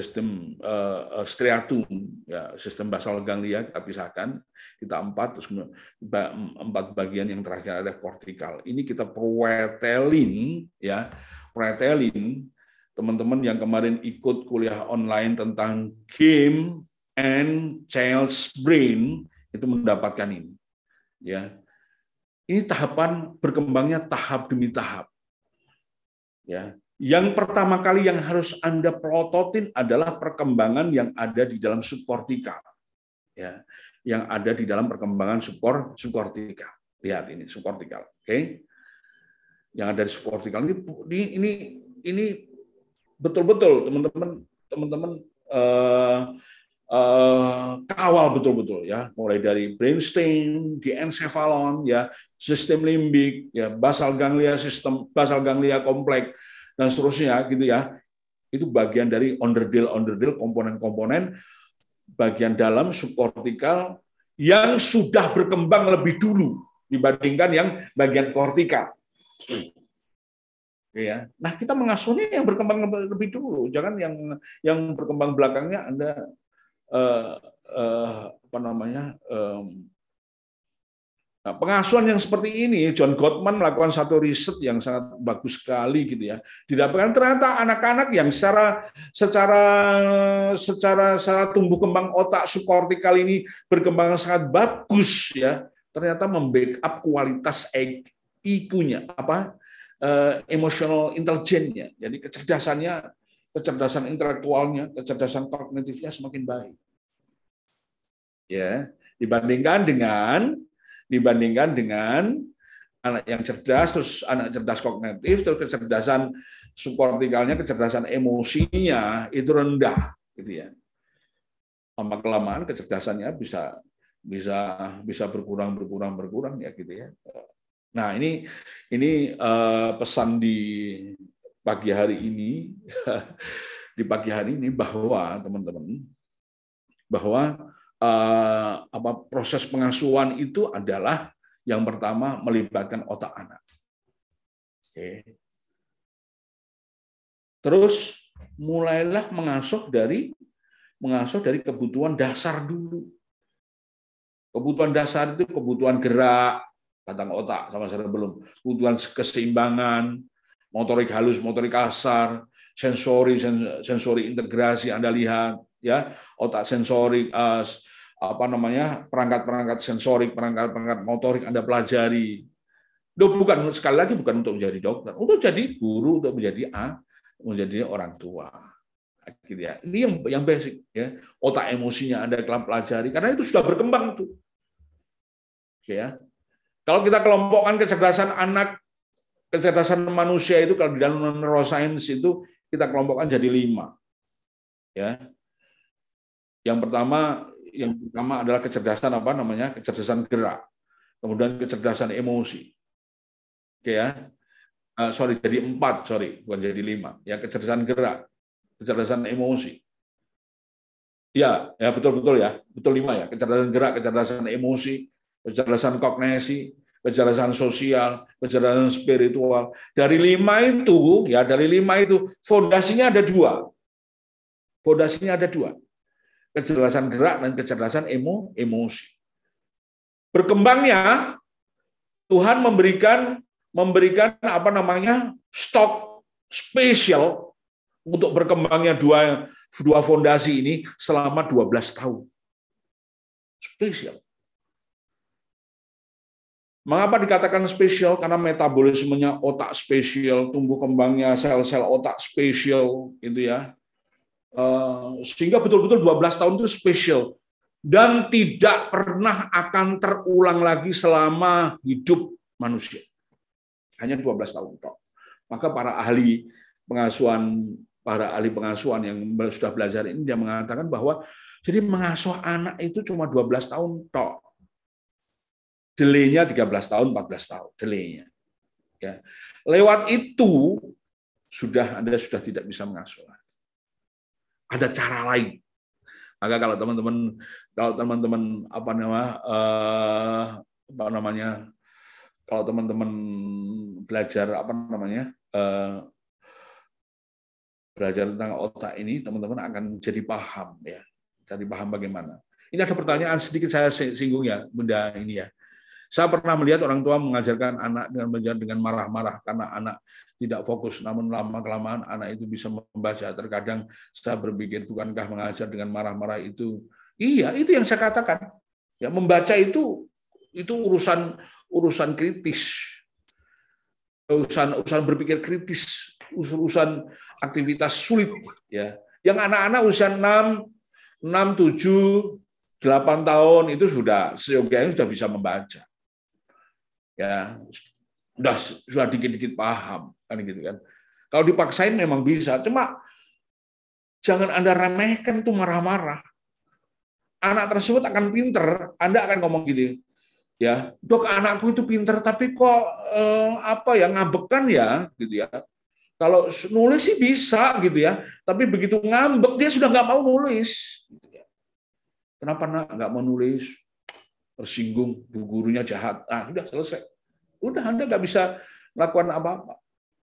striatum ya, sistem basal ganglia kita pisahkan, kita 4, terus 4 bagian yang terakhir ada kortikal. Ini kita pretelin ya, teman-teman yang kemarin ikut kuliah online tentang game and child's brain itu mendapatkan ini ya. Ini tahapan berkembangnya tahap demi tahap ya. Yang pertama kali yang harus Anda pelototin adalah perkembangan yang ada di dalam subkortikal. Ya, yang ada di dalam perkembangan subkortikal. Lihat ini subkortikal, oke? Yang ada di subkortikal ini betul-betul teman-teman kawal betul-betul ya, mulai dari brainstem, diencephalon ya, sistem limbik ya, basal ganglia kompleks dan seterusnya gitu ya. Itu bagian dari onderdil komponen-komponen bagian dalam subkortikal yang sudah berkembang lebih dulu dibandingkan yang bagian kortikal. Ya. Nah, kita mengasuhnya yang berkembang lebih dulu, jangan yang berkembang belakangnya Anda pengasuhan yang seperti ini. John Gottman melakukan satu riset yang sangat bagus sekali gitu ya. Didapatkan ternyata anak-anak yang secara tumbuh kembang otak subkortikal ini berkembang sangat bagus ya. Ternyata membackup kualitas IQ-nya, emotional intelligence-nya. Jadi kecerdasan intelektualnya, kecerdasan kognitifnya semakin baik. Ya, dibandingkan dengan anak yang cerdas, terus anak cerdas kognitif, terus kecerdasan subkortikalnya, kecerdasan emosinya itu rendah, gitu ya. Lama kelamaan kecerdasannya bisa berkurang ya, gitu ya. Nah ini pesan di pagi hari ini, bahwa teman-teman proses pengasuhan itu adalah yang pertama melibatkan otak anak. Oke. Terus mulailah mengasuh dari kebutuhan dasar dulu. Kebutuhan dasar itu kebutuhan gerak, batang otak sama cerebellum, kebutuhan keseimbangan, motorik halus, motorik kasar, sensori integrasi Anda lihat ya, otak sensorik, perangkat-perangkat sensorik, perangkat motorik Anda pelajari. Bukan, sekali lagi bukan untuk menjadi dokter, untuk jadi guru, untuk menjadi orang tua. Gitu ya. Ini yang basic ya. Otak emosinya Anda pelajari karena itu sudah berkembang tuh. Oke ya. Kalau kita kelompokkan kecerdasan anak, kecerdasan manusia itu kalau di dalam neuroscience itu kita kelompokkan jadi 5. Ya. Yang pertama adalah kecerdasan kecerdasan gerak. Kemudian kecerdasan emosi. Oke ya. Jadi 4, bukan jadi 5. Ya, kecerdasan gerak, kecerdasan emosi. Ya betul ya. Betul 5 ya. Kecerdasan gerak, kecerdasan emosi, kecerdasan kognisi, kecerdasan sosial, kecerdasan spiritual. Dari 5 itu fondasinya ada 2. Fondasinya ada 2. Kecerdasan gerak dan kecerdasan emosi. Berkembangnya Tuhan memberikan stok spesial untuk berkembangnya dua fondasi ini selama 12 tahun. Spesial. Mengapa dikatakan spesial? Karena metabolismenya otak spesial, tumbuh kembangnya sel-sel otak spesial, gitu ya. Sehingga betul-betul 12 tahun itu spesial. Dan tidak pernah akan terulang lagi selama hidup manusia. Hanya 12 tahun. Maka para ahli pengasuhan yang sudah belajar ini, dia mengatakan bahwa jadi mengasuh anak itu cuma 12 tahun tok. Delay-nya 13 tahun, 14 tahun. Delay-nya. Ya. Lewat itu, Anda sudah tidak bisa mengasuh. Ada cara lain. Maka kalau teman-teman kalau teman-teman belajar belajar tentang otak ini, teman-teman akan jadi paham ya. Jadi paham bagaimana. Ini ada pertanyaan sedikit saya singgung ya, Bunda ini ya. Saya pernah melihat orang tua mengajarkan anak dengan marah-marah karena anak tidak fokus, namun lama-kelamaan anak itu bisa membaca. Terkadang saya berpikir, bukankah mengajar dengan marah-marah itu? Iya, itu yang saya katakan. Ya, membaca itu urusan kritis. Urusan berpikir kritis, urusan aktivitas sulit ya. Yang anak-anak usia 6, 7, 8 tahun itu sudah bisa membaca. Ya, sudah dikit-dikit paham kan gitu kan. Kalau dipaksain memang bisa, cuma jangan Anda remehkan tuh marah-marah. Anak tersebut akan pinter, Anda akan ngomong gini, ya, Dok, anakku itu pinter tapi kok ngambekan ya gitu ya. Kalau nulis sih bisa gitu ya, tapi begitu ngambek dia sudah nggak mau nulis. Kenapa nak nggak mau nulis? Tersinggung, bu gurunya jahat. Udah selesai. Udah Anda nggak bisa melakukan apa-apa.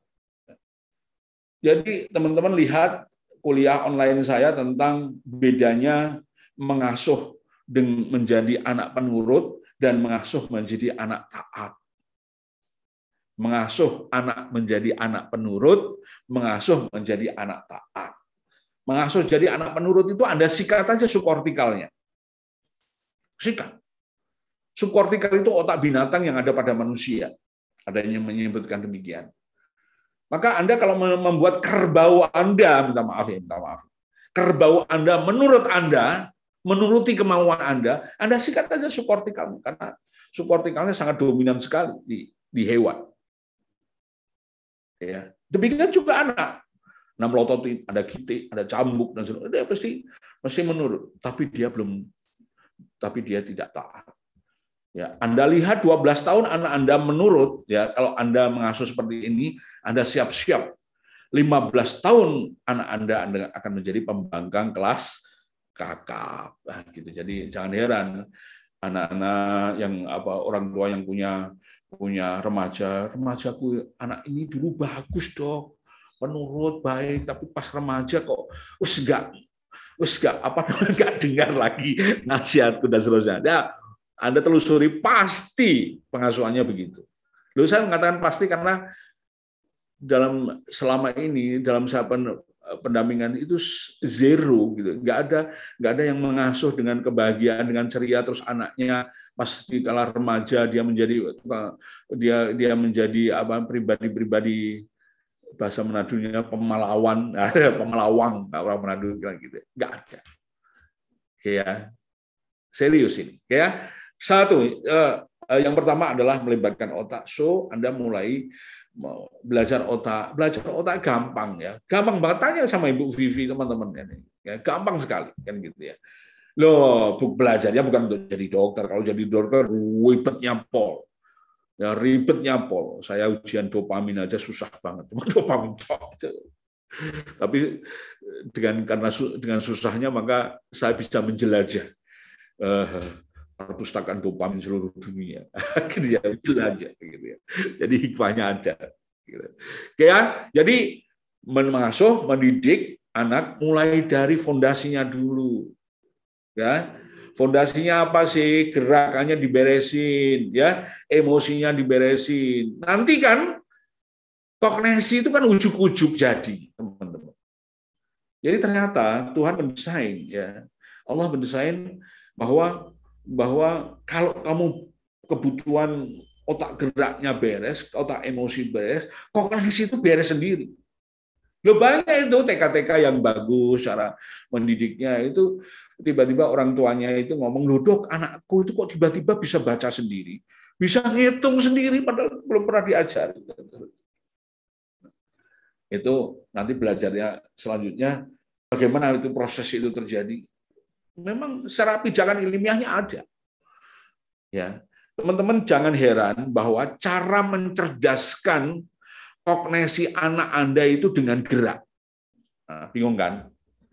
Jadi teman-teman lihat kuliah online saya tentang bedanya mengasuh menjadi anak penurut dan mengasuh menjadi anak taat. Mengasuh anak menjadi anak penurut, mengasuh menjadi anak taat. Mengasuh jadi anak penurut itu Anda sikat aja subkortikalnya. Sikat. Subkortikal itu otak binatang yang ada pada manusia. Ada yang menyebutkan demikian. Maka Anda kalau membuat kerbau Anda, minta maaf. Kerbau Anda menurut Anda, menuruti kemauan Anda sikat aja subkortikalnya. Karena subkortikalnya sangat dominan sekali di hewan. Ya. Demikian juga anak. Melototin, ada kitik, ada cambuk dan sebagainya, dia pasti menurut, tapi dia tidak taat. Ya, Anda lihat 12 tahun anak Anda menurut, ya, kalau Anda mengasuh seperti ini, Anda siap-siap 15 tahun anak Anda akan menjadi pembangkang kelas kakap. Gitu. Jadi jangan heran anak-anak yang orang tua yang punya remajaku, anak ini dulu bagus Dok, penurut baik, tapi pas remaja kok nggak dengar lagi nasihatku dan seterusnya. Ya, Anda telusuri, pasti pengasuhannya begitu. Lalu saya mengatakan pasti karena selama ini dalam pendampingan itu zero gitu, nggak ada yang mengasuh dengan kebahagiaan, dengan ceria, terus anaknya pas di kala remaja dia menjadi pribadi bahasa Menadunya pemalawang, orang Manado bilang gitu, nggak ada. Oke ya, serius ini. Ya, satu, yang pertama adalah melibatkan otak. So Anda mulai belajar otak gampang ya, gampang banget. Tanya sama Ibu Vivi teman-teman ini, ya, gampang sekali kan gitu ya. Loh, belajarnya bukan untuk jadi dokter. Kalau jadi dokter ribetnya pol. Ya ribetnya pol. Saya ujian dopamin aja susah banget. Cuma dopamin tok. Tapi dengan susahnya maka saya bisa menjelajah perpustakaan dopamin seluruh dunia. Gitu ya, jelajah gitu ya. Jadi hikmahnya ada. Gitu. Ya, jadi mengasuh, mendidik anak mulai dari fondasinya dulu. Ya, fondasinya apa sih? Gerakannya diberesin, ya, emosinya diberesin. Nanti kan kognisi itu kan ujuk-ujuk jadi, teman-teman. Jadi ternyata Tuhan mendesain, ya, Allah mendesain bahwa kalau kamu kebutuhan otak geraknya beres, otak emosi beres, kognisi itu beres sendiri. Loh, banyak itu TK-TK yang bagus cara mendidiknya itu. Tiba-tiba orang tuanya itu ngomong, loh dok, anakku itu kok tiba-tiba bisa baca sendiri, bisa ngitung sendiri, padahal belum pernah diajari. Itu nanti belajarnya selanjutnya, bagaimana itu proses itu terjadi. Memang secara pijakan ilmiahnya ada. Ya, teman-teman jangan heran bahwa cara mencerdaskan kognisi anak Anda itu dengan gerak. Nah, bingung kan?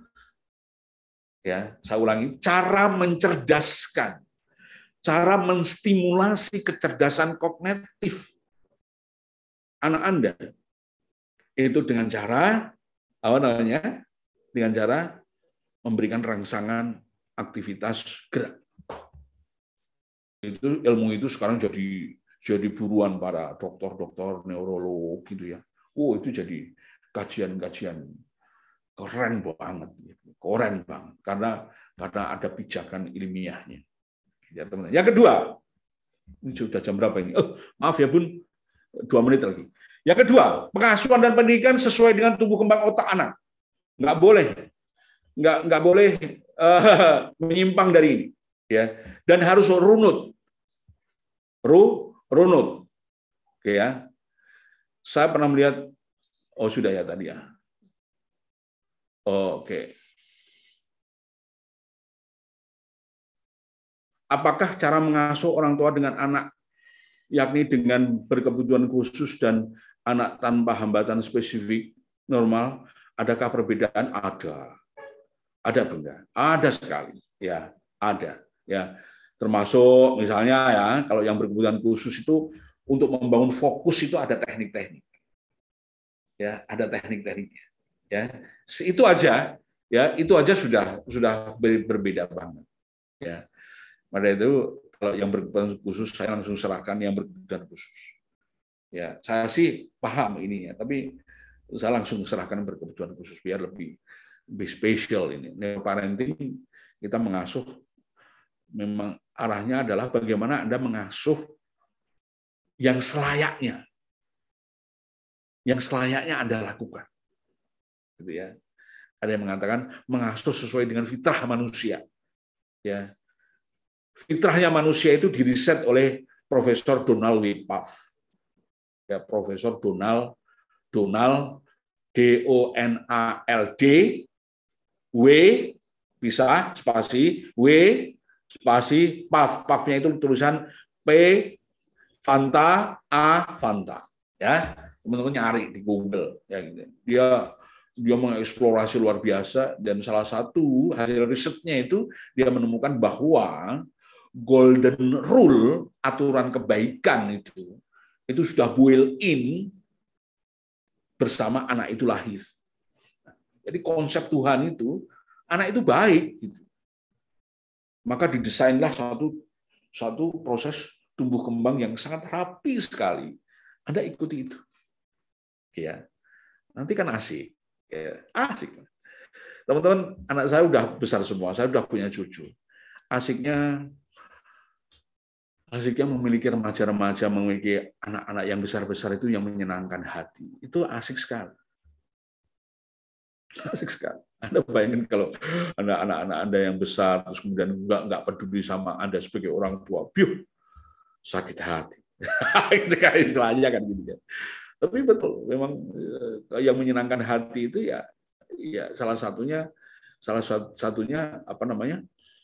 Ya, saya ulangi, cara mencerdaskan, cara menstimulasi kecerdasan kognitif anak Anda itu dengan cara apa namanya? Dengan cara memberikan rangsangan aktivitas gerak. Itu ilmu itu sekarang jadi buruan para dokter-dokter neurolog gitu ya. Oh, itu jadi kajian-kajian keren banget, karena ada pijakan ilmiahnya. Ya, teman. Yang kedua, ini sudah jam berapa ini? Oh, maaf ya Bun, 2 menit lagi. Yang kedua, pengasuhan dan pendidikan sesuai dengan tumbuh kembang otak anak. Nggak boleh menyimpang dari ini, ya. Dan harus runut, oke ya. Saya pernah melihat, oh sudah ya tadi ya. Oke. Apakah cara mengasuh orang tua dengan anak, yakni dengan berkebutuhan khusus dan anak tanpa hambatan spesifik normal, adakah perbedaan? Ada Bunda, ada sekali, ya ada, ya. Termasuk misalnya ya, kalau yang berkebutuhan khusus itu untuk membangun fokus itu ada teknik-teknik, ya ada teknik-tekniknya. Ya, itu aja, ya itu aja sudah berbeda banget. Ya, pada itu kalau yang berkebutuhan khusus saya langsung serahkan yang berkebutuhan khusus. Ya, saya sih paham ini ya, tapi saya langsung serahkan berkebutuhan khusus biar lebih spesial ini. Neoparenting kita mengasuh memang arahnya adalah bagaimana Anda mengasuh yang selayaknya Anda lakukan. Gitu ya. Ada yang mengatakan mengasuh sesuai dengan fitrah manusia. Ya. Fitrahnya manusia itu diriset oleh Profesor Donald W. Puff. Ya, Profesor Donald D-O-N-A-L-D W bisa spasi W spasi Puff. Puff-nya itu tulisan P Fanta A Fanta. Ya, teman-teman nyari di Google ya gitu. Dia mengeksplorasi luar biasa dan salah satu hasil risetnya itu dia menemukan bahwa golden rule, aturan kebaikan itu sudah built-in bersama anak itu lahir. Jadi konsep Tuhan itu anak itu baik gitu. Maka didesainlah satu proses tumbuh kembang yang sangat rapi sekali. Anda ikuti itu. Ya. Nanti kan asik. Ya, asik. Teman-teman, anak saya udah besar semua, saya udah punya cucu. Asiknya memiliki remaja-remaja, memiliki anak-anak yang besar-besar itu yang menyenangkan hati. Itu asik sekali. Asik sekali. Anda bayangin kalau anak-anak Anda yang besar, terus kemudian nggak peduli sama Anda sebagai orang tua, sakit hati. Itu kan istilahnya kan gitu kan. Tapi betul, memang yang menyenangkan hati itu ya salah satunya apa namanya,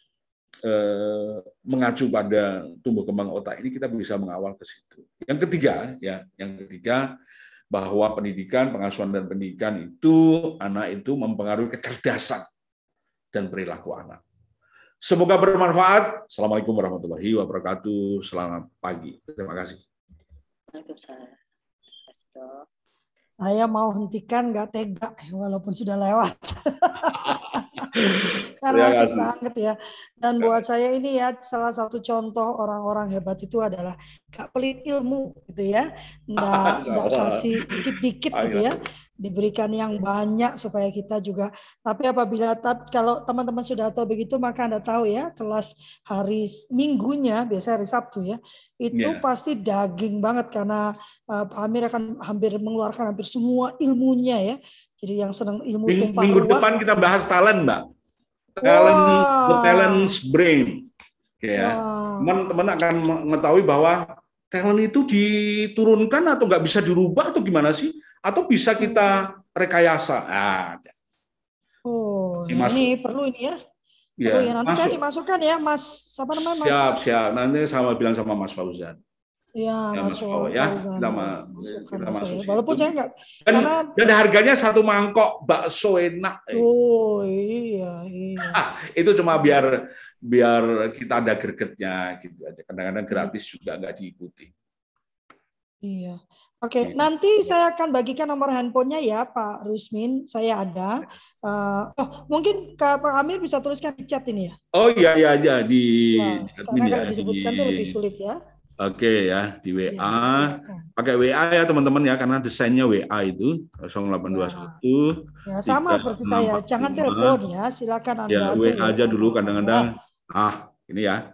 mengacu pada tumbuh kembang otak ini kita bisa mengawal ke situ. Yang ketiga bahwa pengasuhan dan pendidikan itu anak itu mempengaruhi kecerdasan dan perilaku anak. Semoga bermanfaat. Assalamualaikum warahmatullahi wabarakatuh. Selamat pagi. Terima kasih. Waalaikumsalam. Terima kasih, Dok. Saya mau hentikan, nggak tega walaupun sudah lewat. Karena asik banget ya. Dan buat saya ini ya salah satu contoh orang-orang hebat itu adalah gak pelit ilmu gitu ya. Nggak kasih dikit-dikit gitu ya. Diberikan yang banyak supaya kita juga. Tapi kalau teman-teman sudah tahu begitu, maka Anda tahu ya, kelas hari Minggunya, biasanya hari Sabtu ya, itu pasti daging banget karena Pak Amir akan mengeluarkan hampir semua ilmunya ya. Jadi yang senang ilmu tumpah ruah. Minggu depan kita bahas talent, Mbak. Talent brain. Ya. Teman-teman akan mengetahui bahwa talent itu diturunkan atau nggak bisa dirubah atau gimana sih? Atau bisa kita rekayasa. Ini perlu ini ya. Perlu ya. Nanti saya dimasukkan ya, Mas. Siapa namanya, Mas? Siap. Nanti sama bilang sama Mas Fauzan. Ya, Mas Fauzan. Ya, kita masuk. Walaupun saya nggak. Dan harganya satu mangkok bakso enak. Oh iya. Itu cuma biar kita ada gregetnya gitu aja. Kadang-kadang gratis juga nggak diikuti. Iya. Oke, nanti saya akan bagikan nomor handphonenya ya, Pak Rusmin. Saya ada. Mungkin Pak Amir bisa tuliskan di chat ini ya. Oh iya karena kalau disebutkan itu lebih sulit ya. Oke ya, di WA. Pakai WA ya teman-teman ya, karena desainnya WA itu 0821. Ya sama seperti saya. Jangan telepon ya, silakan Anda. Ya, WA aja dulu kadang-kadang. Ini ya.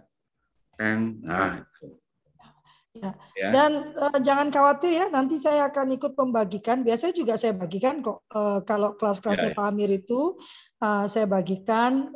Ya. Dan jangan khawatir ya, nanti saya akan ikut membagikan. Biasanya juga saya bagikan kok. Kalau kelas-kelasnya Pak Amir itu saya bagikan.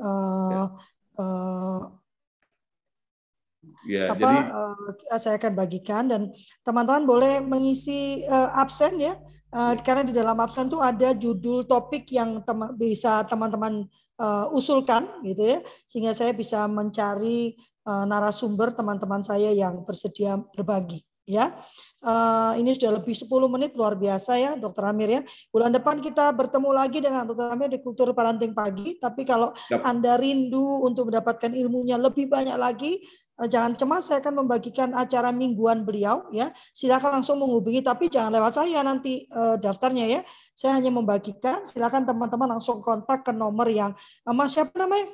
Saya akan bagikan dan teman-teman boleh mengisi absen ya. Karena di dalam absen itu ada judul topik yang bisa teman-teman usulkan gitu ya, sehingga saya bisa mencari narasumber teman-teman saya yang bersedia berbagi ya. Ini sudah lebih 10 menit, luar biasa ya Dr. Amir ya. Bulan depan kita bertemu lagi dengan Dr. Amir di Kultur Parenting Pagi, tapi kalau Anda rindu untuk mendapatkan ilmunya lebih banyak lagi, jangan cemas, saya akan membagikan acara mingguan beliau ya. Silakan langsung menghubungi, tapi jangan lewat saya nanti daftarnya ya. Saya hanya membagikan, silakan teman-teman langsung kontak ke nomor yang Mas siapa namanya?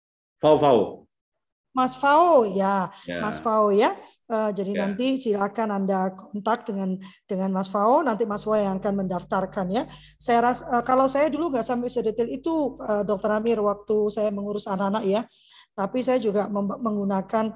Fau. Mas Fau ya. Mas Fau ya. Jadi nanti silakan Anda kontak dengan Mas Fau, nanti Mas Fau yang akan mendaftarkan ya. Saya rasa kalau saya dulu nggak sampai sedetail itu Dr. Amir waktu saya mengurus anak-anak ya. Tapi saya juga menggunakan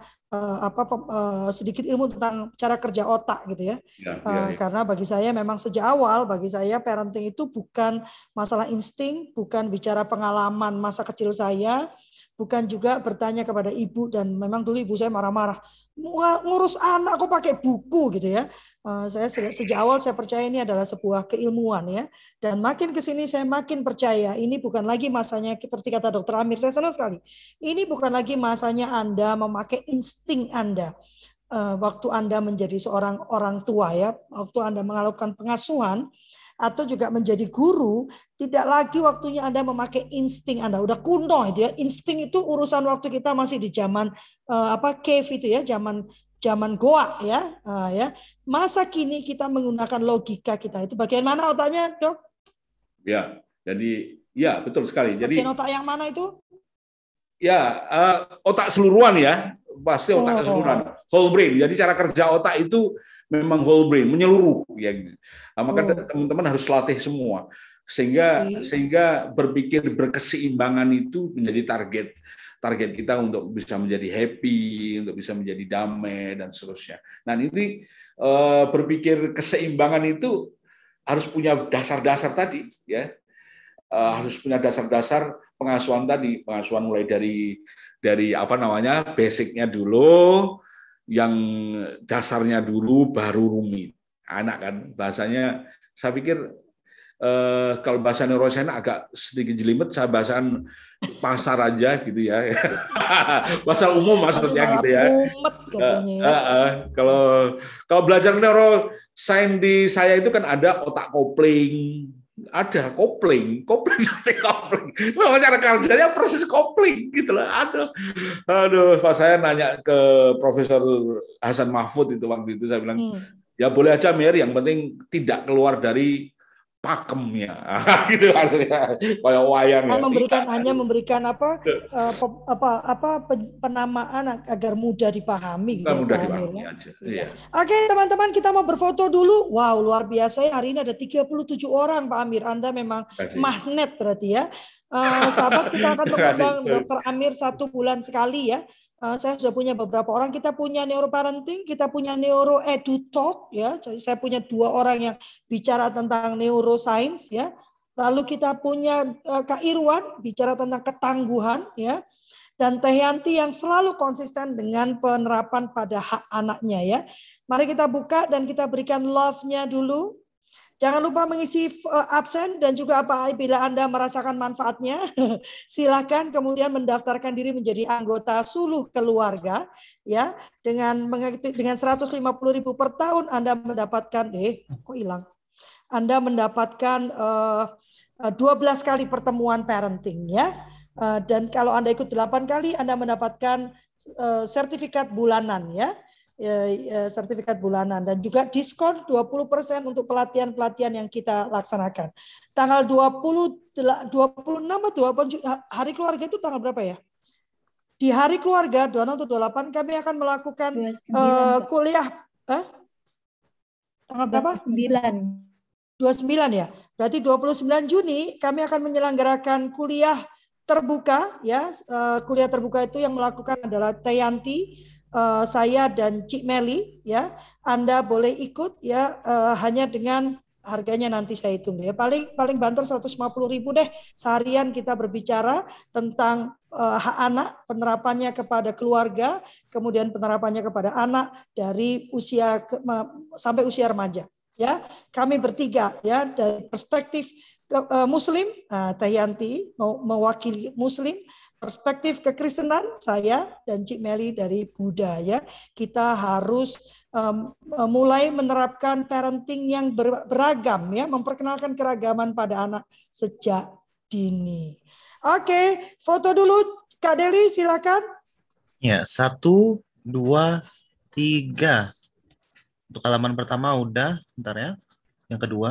sedikit ilmu tentang cara kerja otak gitu ya. Karena bagi saya memang sejak awal bagi saya parenting itu bukan masalah insting, bukan bicara pengalaman masa kecil saya, bukan juga bertanya kepada ibu, dan memang dulu ibu saya marah-marah, ngurus anak kok pakai buku gitu ya. Saya sejak awal saya percaya ini adalah sebuah keilmuan ya, dan makin kesini saya makin percaya ini bukan lagi masanya seperti kata Dr. Amir. Saya senang sekali. Ini bukan lagi masanya Anda memakai insting Anda waktu Anda menjadi seorang orang tua ya, waktu Anda melakukan pengasuhan atau juga menjadi guru, tidak lagi waktunya Anda memakai insting Anda. Udah kuno itu ya. Insting itu urusan waktu kita masih di zaman cave itu ya, zaman goa ya. Ya. Masa kini kita menggunakan logika kita. Itu bagian mana otaknya, Dok? Ya, jadi ya betul sekali. Jadi bagian otak yang mana itu? Ya, otak seluruhan ya. Pasti otak keseluruhan. Whole brain. Jadi cara kerja otak itu memang whole brain, menyeluruh ya. Maka teman-teman harus latih semua sehingga berpikir berkeseimbangan itu menjadi target kita untuk bisa menjadi happy, untuk bisa menjadi damai dan seterusnya. Nah, ini berpikir keseimbangan itu harus punya dasar-dasar tadi ya. Harus punya dasar-dasar pengasuhan tadi, pengasuhan mulai dari basicnya dulu, yang dasarnya dulu baru rumit anak kan bahasanya. Saya pikir kalau bahasa neuroscience agak sedikit jelimet, saya bahasan pasar aja gitu ya. Bahasa umum maksudnya gitu ya. Mumet katanya ya. Kalau belajar neuroscience di saya itu kan ada otak kopling, ada kopling seperti kopling. Nah, cara kerjanya proses kopling gitu lah. Aduh, pas saya nanya ke Profesor Hasan Mahfud itu waktu itu saya bilang, ya boleh aja Mir, yang penting tidak keluar dari pakemnya, gitu maksudnya, kayak wayang ya. Hanya memberikan penamaan agar mudah dipahami gitu ya, Mudah Pak Amir dipahami ya. aja. Iya. Oke, teman-teman, kita mau berfoto dulu. Wow, luar biasa ya, hari ini ada 37 orang Pak Amir. Anda memang magnet berarti ya. Sahabat, kita akan mengundang Dr. Amir 1 bulan sekali ya. Saya sudah punya beberapa orang. Kita punya neuroparenting, kita punya neuro edu talk ya. Jadi saya punya 2 orang yang bicara tentang neuroscience ya. Lalu kita punya Kak Irwan bicara tentang ketangguhan ya. Dan Teh Yanti yang selalu konsisten dengan penerapan pada hak anaknya ya. Mari kita buka dan kita berikan love-nya dulu. Jangan lupa mengisi absen dan juga apabila Anda merasakan manfaatnya, silakan kemudian mendaftarkan diri menjadi anggota suluh keluarga ya. Dengan 150.000 per tahun Anda mendapatkan kok hilang. Anda mendapatkan 12 kali pertemuan parenting ya. Dan kalau Anda ikut 8 kali Anda mendapatkan sertifikat bulanan ya. Sertifikat bulanan dan juga diskon 20% untuk pelatihan-pelatihan yang kita laksanakan. Tanggal 26 atau 20 hari keluarga itu tanggal berapa ya? Di hari keluarga 26 atau 28 kami akan melakukan 29, kuliah tanggal berapa? 29 ya. Berarti 29 Juni kami akan menyelenggarakan kuliah terbuka ya. Kuliah terbuka itu yang melakukan adalah Teh Yanti, saya dan Cik Meli ya. Anda boleh ikut ya, hanya dengan harganya nanti saya hitung ya. Paling banter 150.000 deh. Seharian kita berbicara tentang hak anak, penerapannya kepada keluarga, kemudian penerapannya kepada anak dari usia sampai usia remaja. Ya, kami bertiga ya dari perspektif Muslim, Teh Yanti mewakili Muslim. Perspektif kekristenan saya dan Cik Meli dari Buddha ya. Kita harus mulai menerapkan parenting yang beragam ya, memperkenalkan keragaman pada anak sejak dini. Oke, foto dulu Kak Deli silakan. Ya, 1, 2, 3. Untuk halaman pertama udah, bentar ya. Yang kedua.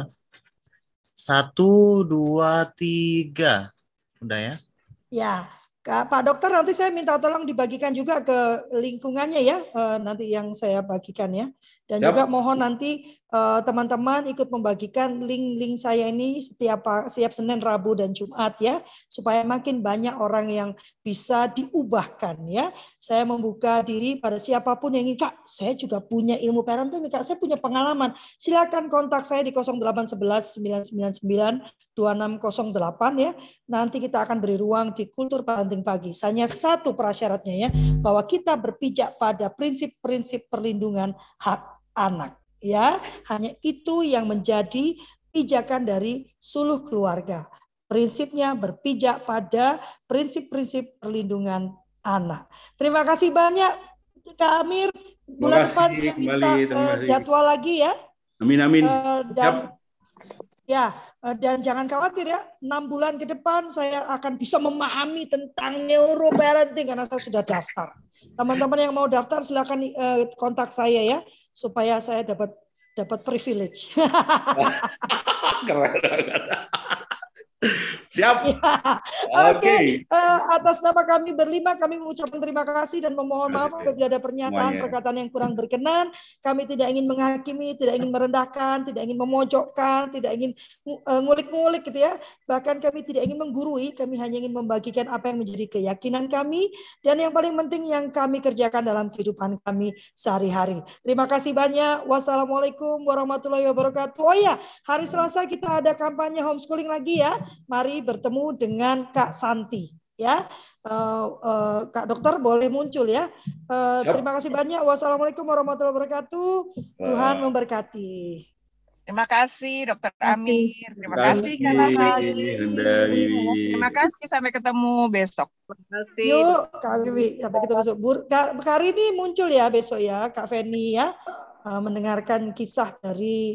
1, 2, 3. Udah ya? Ya. Pak Dokter, nanti saya minta tolong dibagikan juga ke lingkungannya ya, nanti yang saya bagikan ya. Dan juga mohon nanti teman-teman ikut membagikan link-link saya ini setiap Senin, Rabu, dan Jumat ya, supaya makin banyak orang yang bisa diubahkan ya. Saya membuka diri pada siapapun yang ingin, Kak, saya juga punya ilmu parenting, Kak, saya punya pengalaman. Silakan kontak saya di 0811 999 2608 ya. Nanti kita akan beri ruang di Kultur Parenting Pagi. Hanya satu prasyaratnya ya, bahwa kita berpijak pada prinsip-prinsip perlindungan hak anak ya. Hanya itu yang menjadi pijakan dari suluh keluarga. Prinsipnya berpijak pada prinsip-prinsip perlindungan anak. Terima kasih banyak Kak Amir. Bulan depan saya minta jadwal lagi ya. Amin. Dan jangan khawatir ya, 6 bulan ke depan saya akan bisa memahami tentang neuroparenting karena saya sudah daftar. Teman-teman yang mau daftar silakan kontak saya ya, supaya saya dapat privilege. Keren. Siap. Oke. Atas nama kami berlima, kami mengucapkan terima kasih dan memohon maaf apabila ada pernyataan perkataan yang kurang berkenan. Kami tidak ingin menghakimi, tidak ingin merendahkan, tidak ingin memojokkan, tidak ingin ngulik-ngulik gitu ya. Bahkan kami tidak ingin menggurui, kami hanya ingin membagikan apa yang menjadi keyakinan kami dan yang paling penting yang kami kerjakan dalam kehidupan kami sehari-hari. Terima kasih banyak. Wassalamualaikum warahmatullahi wabarakatuh. Oh ya, hari Selasa kita ada kampanye homeschooling lagi ya. Mari bertemu dengan Kak Santi. ya. Kak Dokter boleh muncul ya. Terima kasih banyak. Wassalamualaikum warahmatullahi wabarakatuh. Tuhan memberkati. Terima kasih Dokter Amir. Terima kasih Kak Terima Nafri. kasih, Handai. Terima kasih, sampai ketemu besok. Terima kasih. Yuk, Kak Wiwi, sampai kita besok. Kak Karini muncul ya besok ya, Kak Feni ya, mendengarkan kisah dari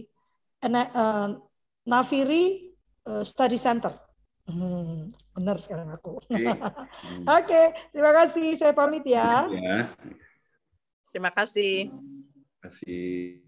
Nafiri Study Center. Benar sekarang aku. Oke, terima kasih. Saya pamit ya. Ya. Terima kasih. Terima kasih.